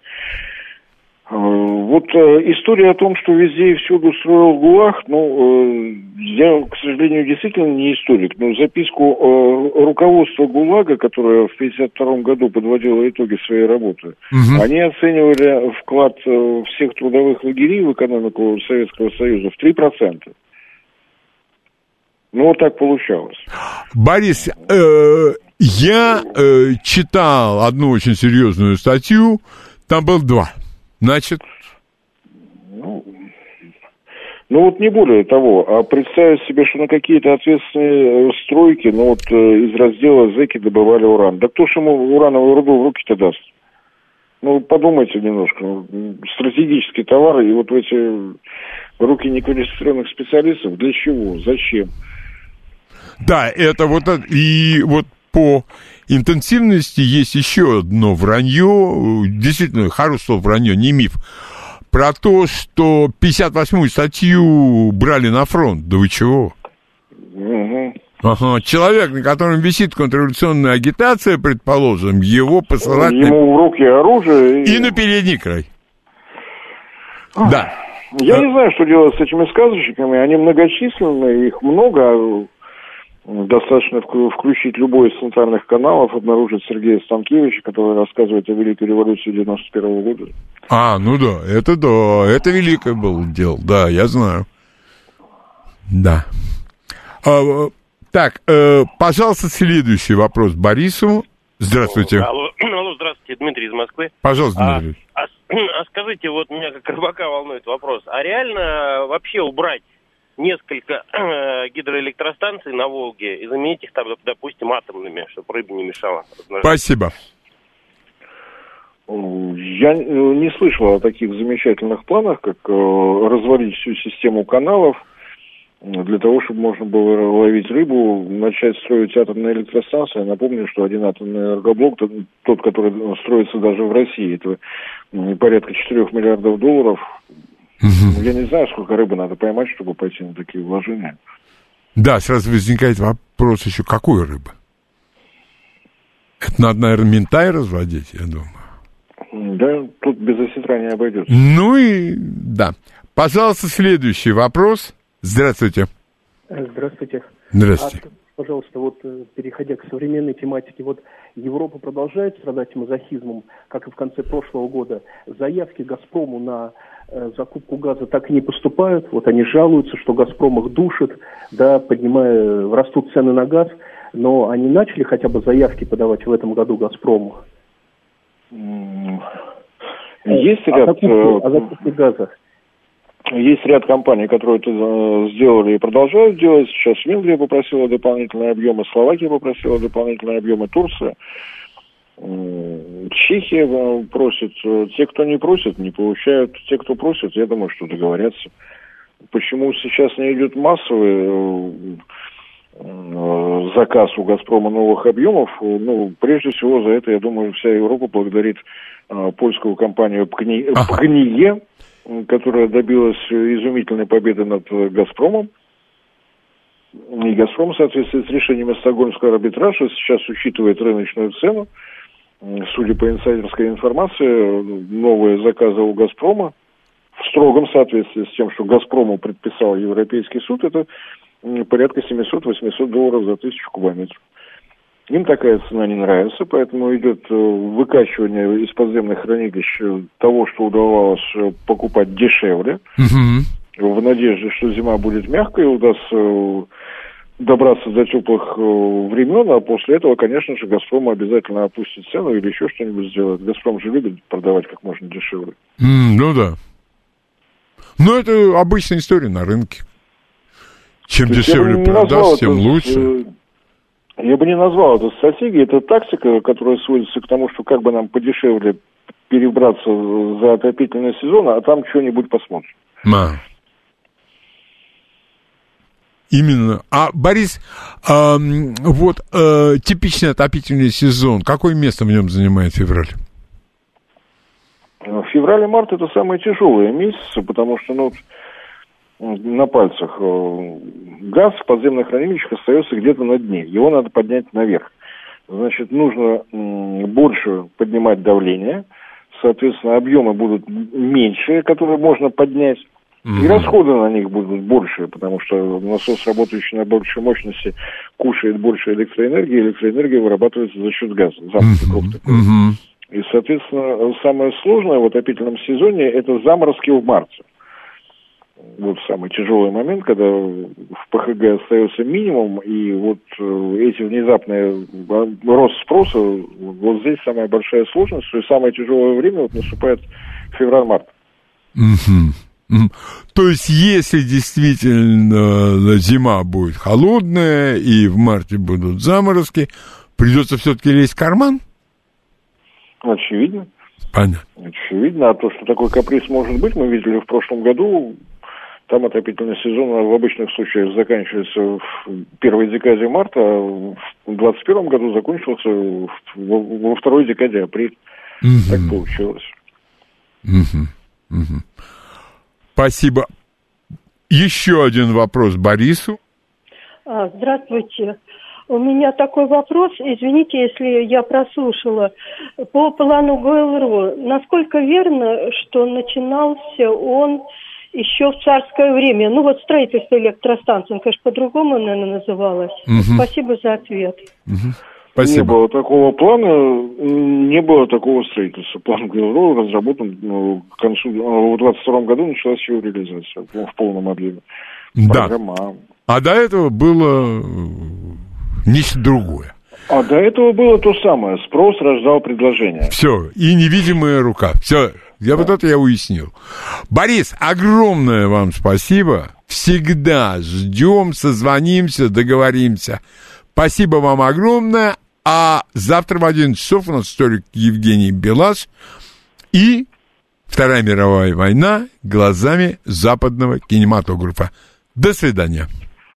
Вот история о том, что везде и всюду строил ГУЛАГ, ну, я, к сожалению, действительно не историк, но записку руководства ГУЛАГа, которое в тысяча девятьсот пятьдесят втором году подводило итоги своей работы, угу. они оценивали вклад всех трудовых лагерей в экономику Советского Союза в три процента. Ну, вот так получалось. Борис, э, я э, читал одну очень серьезную статью, там был два. Значит? Ну, ну вот не более того, а представить себе, что на какие-то ответственные стройки, ну вот из раздела зэки добывали уран. Да кто ж ему урановую руду в руки-то даст? Ну, подумайте немножко. Стратегический товар, и вот в эти руки неквалифицированных специалистов, для чего? Зачем? Да, это вот, и вот по интенсивности есть еще одно вранье, действительно, хорошее слово вранье, не миф, про то, что пятьдесят восьмую статью брали на фронт. Да вы чего? Угу. Ага, человек, на котором висит контрреволюционная агитация, предположим, его посылать... Ему на... в руки оружие... И, и на передний край. А, да. Я а... не знаю, что делать с этими сказочниками, они многочисленны, их много... Достаточно включить любой из центральных каналов, обнаружить Сергея Станкевича, который рассказывает о Великой революции девяносто первого года. А, ну да, это да, это великое было дело, да, я знаю. Да. А, так, э, пожалуйста, следующий вопрос Борису. Здравствуйте. Алло, алло, здравствуйте, Дмитрий из Москвы. Пожалуйста, Дмитрий. А, а, а скажите, вот меня как рыбака волнует вопрос, а реально вообще убрать несколько э, гидроэлектростанций на Волге и заменить их, там, допустим, атомными, чтобы рыбе не мешало размножаться? Спасибо. Я не слышал о таких замечательных планах, как э, развалить всю систему каналов для того, чтобы можно было ловить рыбу, начать строить атомные электростанции. Я напомню, что один атомный энергоблок, тот, тот, который строится даже в России, это порядка четырех миллиардов долларов. Угу. Я не знаю, сколько рыбы надо поймать, чтобы пойти на такие вложения. Да, сразу возникает вопрос еще, какой рыбы? Это надо, наверное, ментай разводить, я думаю. Да, тут без осетра не обойдется. Ну и да. Пожалуйста, следующий вопрос. Здравствуйте. Здравствуйте. Здравствуйте. А, пожалуйста, вот переходя к современной тематике, вот Европа продолжает страдать мазохизмом, как и в конце прошлого года. Заявки «Газпрому» на э, закупку газа так и не поступают. Вот они жалуются, что «Газпром» их душит, да, поднимая, растут цены на газ. Но они начали хотя бы заявки подавать в этом году «Газпрому»? Есть ряд... О закупке, о закупке газа. Есть ряд компаний, которые это сделали и продолжают делать. Сейчас Венгрия попросила дополнительные объемы, Словакия попросила дополнительные объемы, Турция. Чехия просит. Те, кто не просит, не получают. Те, кто просит, я думаю, что договорятся. Почему сейчас не идет массовый заказ у «Газпрома» новых объемов? Ну, прежде всего, за это, я думаю, вся Европа благодарит польскую компанию «Пгни... ага. «Пгние», которая добилась изумительной победы над «Газпромом». И «Газпром» в соответствии с решениями Стокгольмского арбитража сейчас учитывает рыночную цену. Судя по инсайдерской информации, новые заказы у «Газпрома» в строгом соответствии с тем, что «Газпрому» предписал Европейский суд, это порядка семьсот-восемьсот долларов за тысячу кубометров. Им такая цена не нравится, поэтому идет выкачивание из подземных хранилищ того, что удавалось покупать дешевле, угу. в надежде, что зима будет мягкой, удастся добраться до теплых времен, а после этого, конечно же, «Газпром» обязательно опустит цену или еще что-нибудь сделает. «Газпром» же любит продавать как можно дешевле. Mm, ну да. Но это обычная история на рынке. Чем дешевле продашь, тем лучше. Я бы не назвал это стратегией, это тактика, которая сводится к тому, что как бы нам подешевле перебраться за отопительный сезон, а там что-нибудь посмотрим. А. Именно. А, Борис, э, вот э, типичный отопительный сезон, какое место в нем занимает февраль? Февраль и март — это самые тяжелые месяцы, потому что, ну, на пальцах газ в подземных хранилищах остается где-то на дне. Его надо поднять наверх. Значит, нужно больше поднимать давление, соответственно, объемы будут меньше, которые можно поднять, mm-hmm. и расходы на них будут больше, потому что насос, работающий на большей мощности, кушает больше электроэнергии, электроэнергия вырабатывается за счет газа. Запуск такой. Mm-hmm. И, соответственно, самое сложное в отопительном сезоне – это заморозки в марте. Вот самый тяжелый момент, когда в ПХГ остается минимум, и вот эти внезапные рост спроса, вот здесь самая большая сложность, и самое тяжелое время вот наступает февраль-март. Mm-hmm. Mm-hmm. То есть, если действительно зима будет холодная, и в марте будут заморозки, придется все-таки лезть в карман? Очевидно. Понятно. Очевидно. А то, что такой каприз может быть, мы видели в прошлом году. Там отопительный сезон в обычных случаях заканчивается в первой декаде марта, а в двадцать первом году закончился во второй декаде апреля. Mm-hmm. Так получилось. Mm-hmm. Mm-hmm. Спасибо. Еще один вопрос Борису. А, здравствуйте. У меня такой вопрос, извините, если я прослушала. По плану ГЛРО, насколько верно, что начинался он еще в царское время? Ну вот строительство электростанции, он, конечно, по-другому, наверное, называлось. Угу. Спасибо за ответ. Угу. Спасибо. Не было такого плана, не было такого строительства. План ГЛРО разработан ну, к концу, в двадцать втором году началась его реализация в полном объеме. Да. Программа. А до этого было нечто другое. А до этого было то самое. Спрос рождал предложение. Все. И невидимая рука. Все. Я да. Вот это я уяснил. Борис, огромное вам спасибо. Всегда ждем, созвонимся, договоримся. Спасибо вам огромное. А завтра в одиннадцать часов у нас историк Евгений Белаш и Вторая мировая война глазами западного кинематографа. До свидания.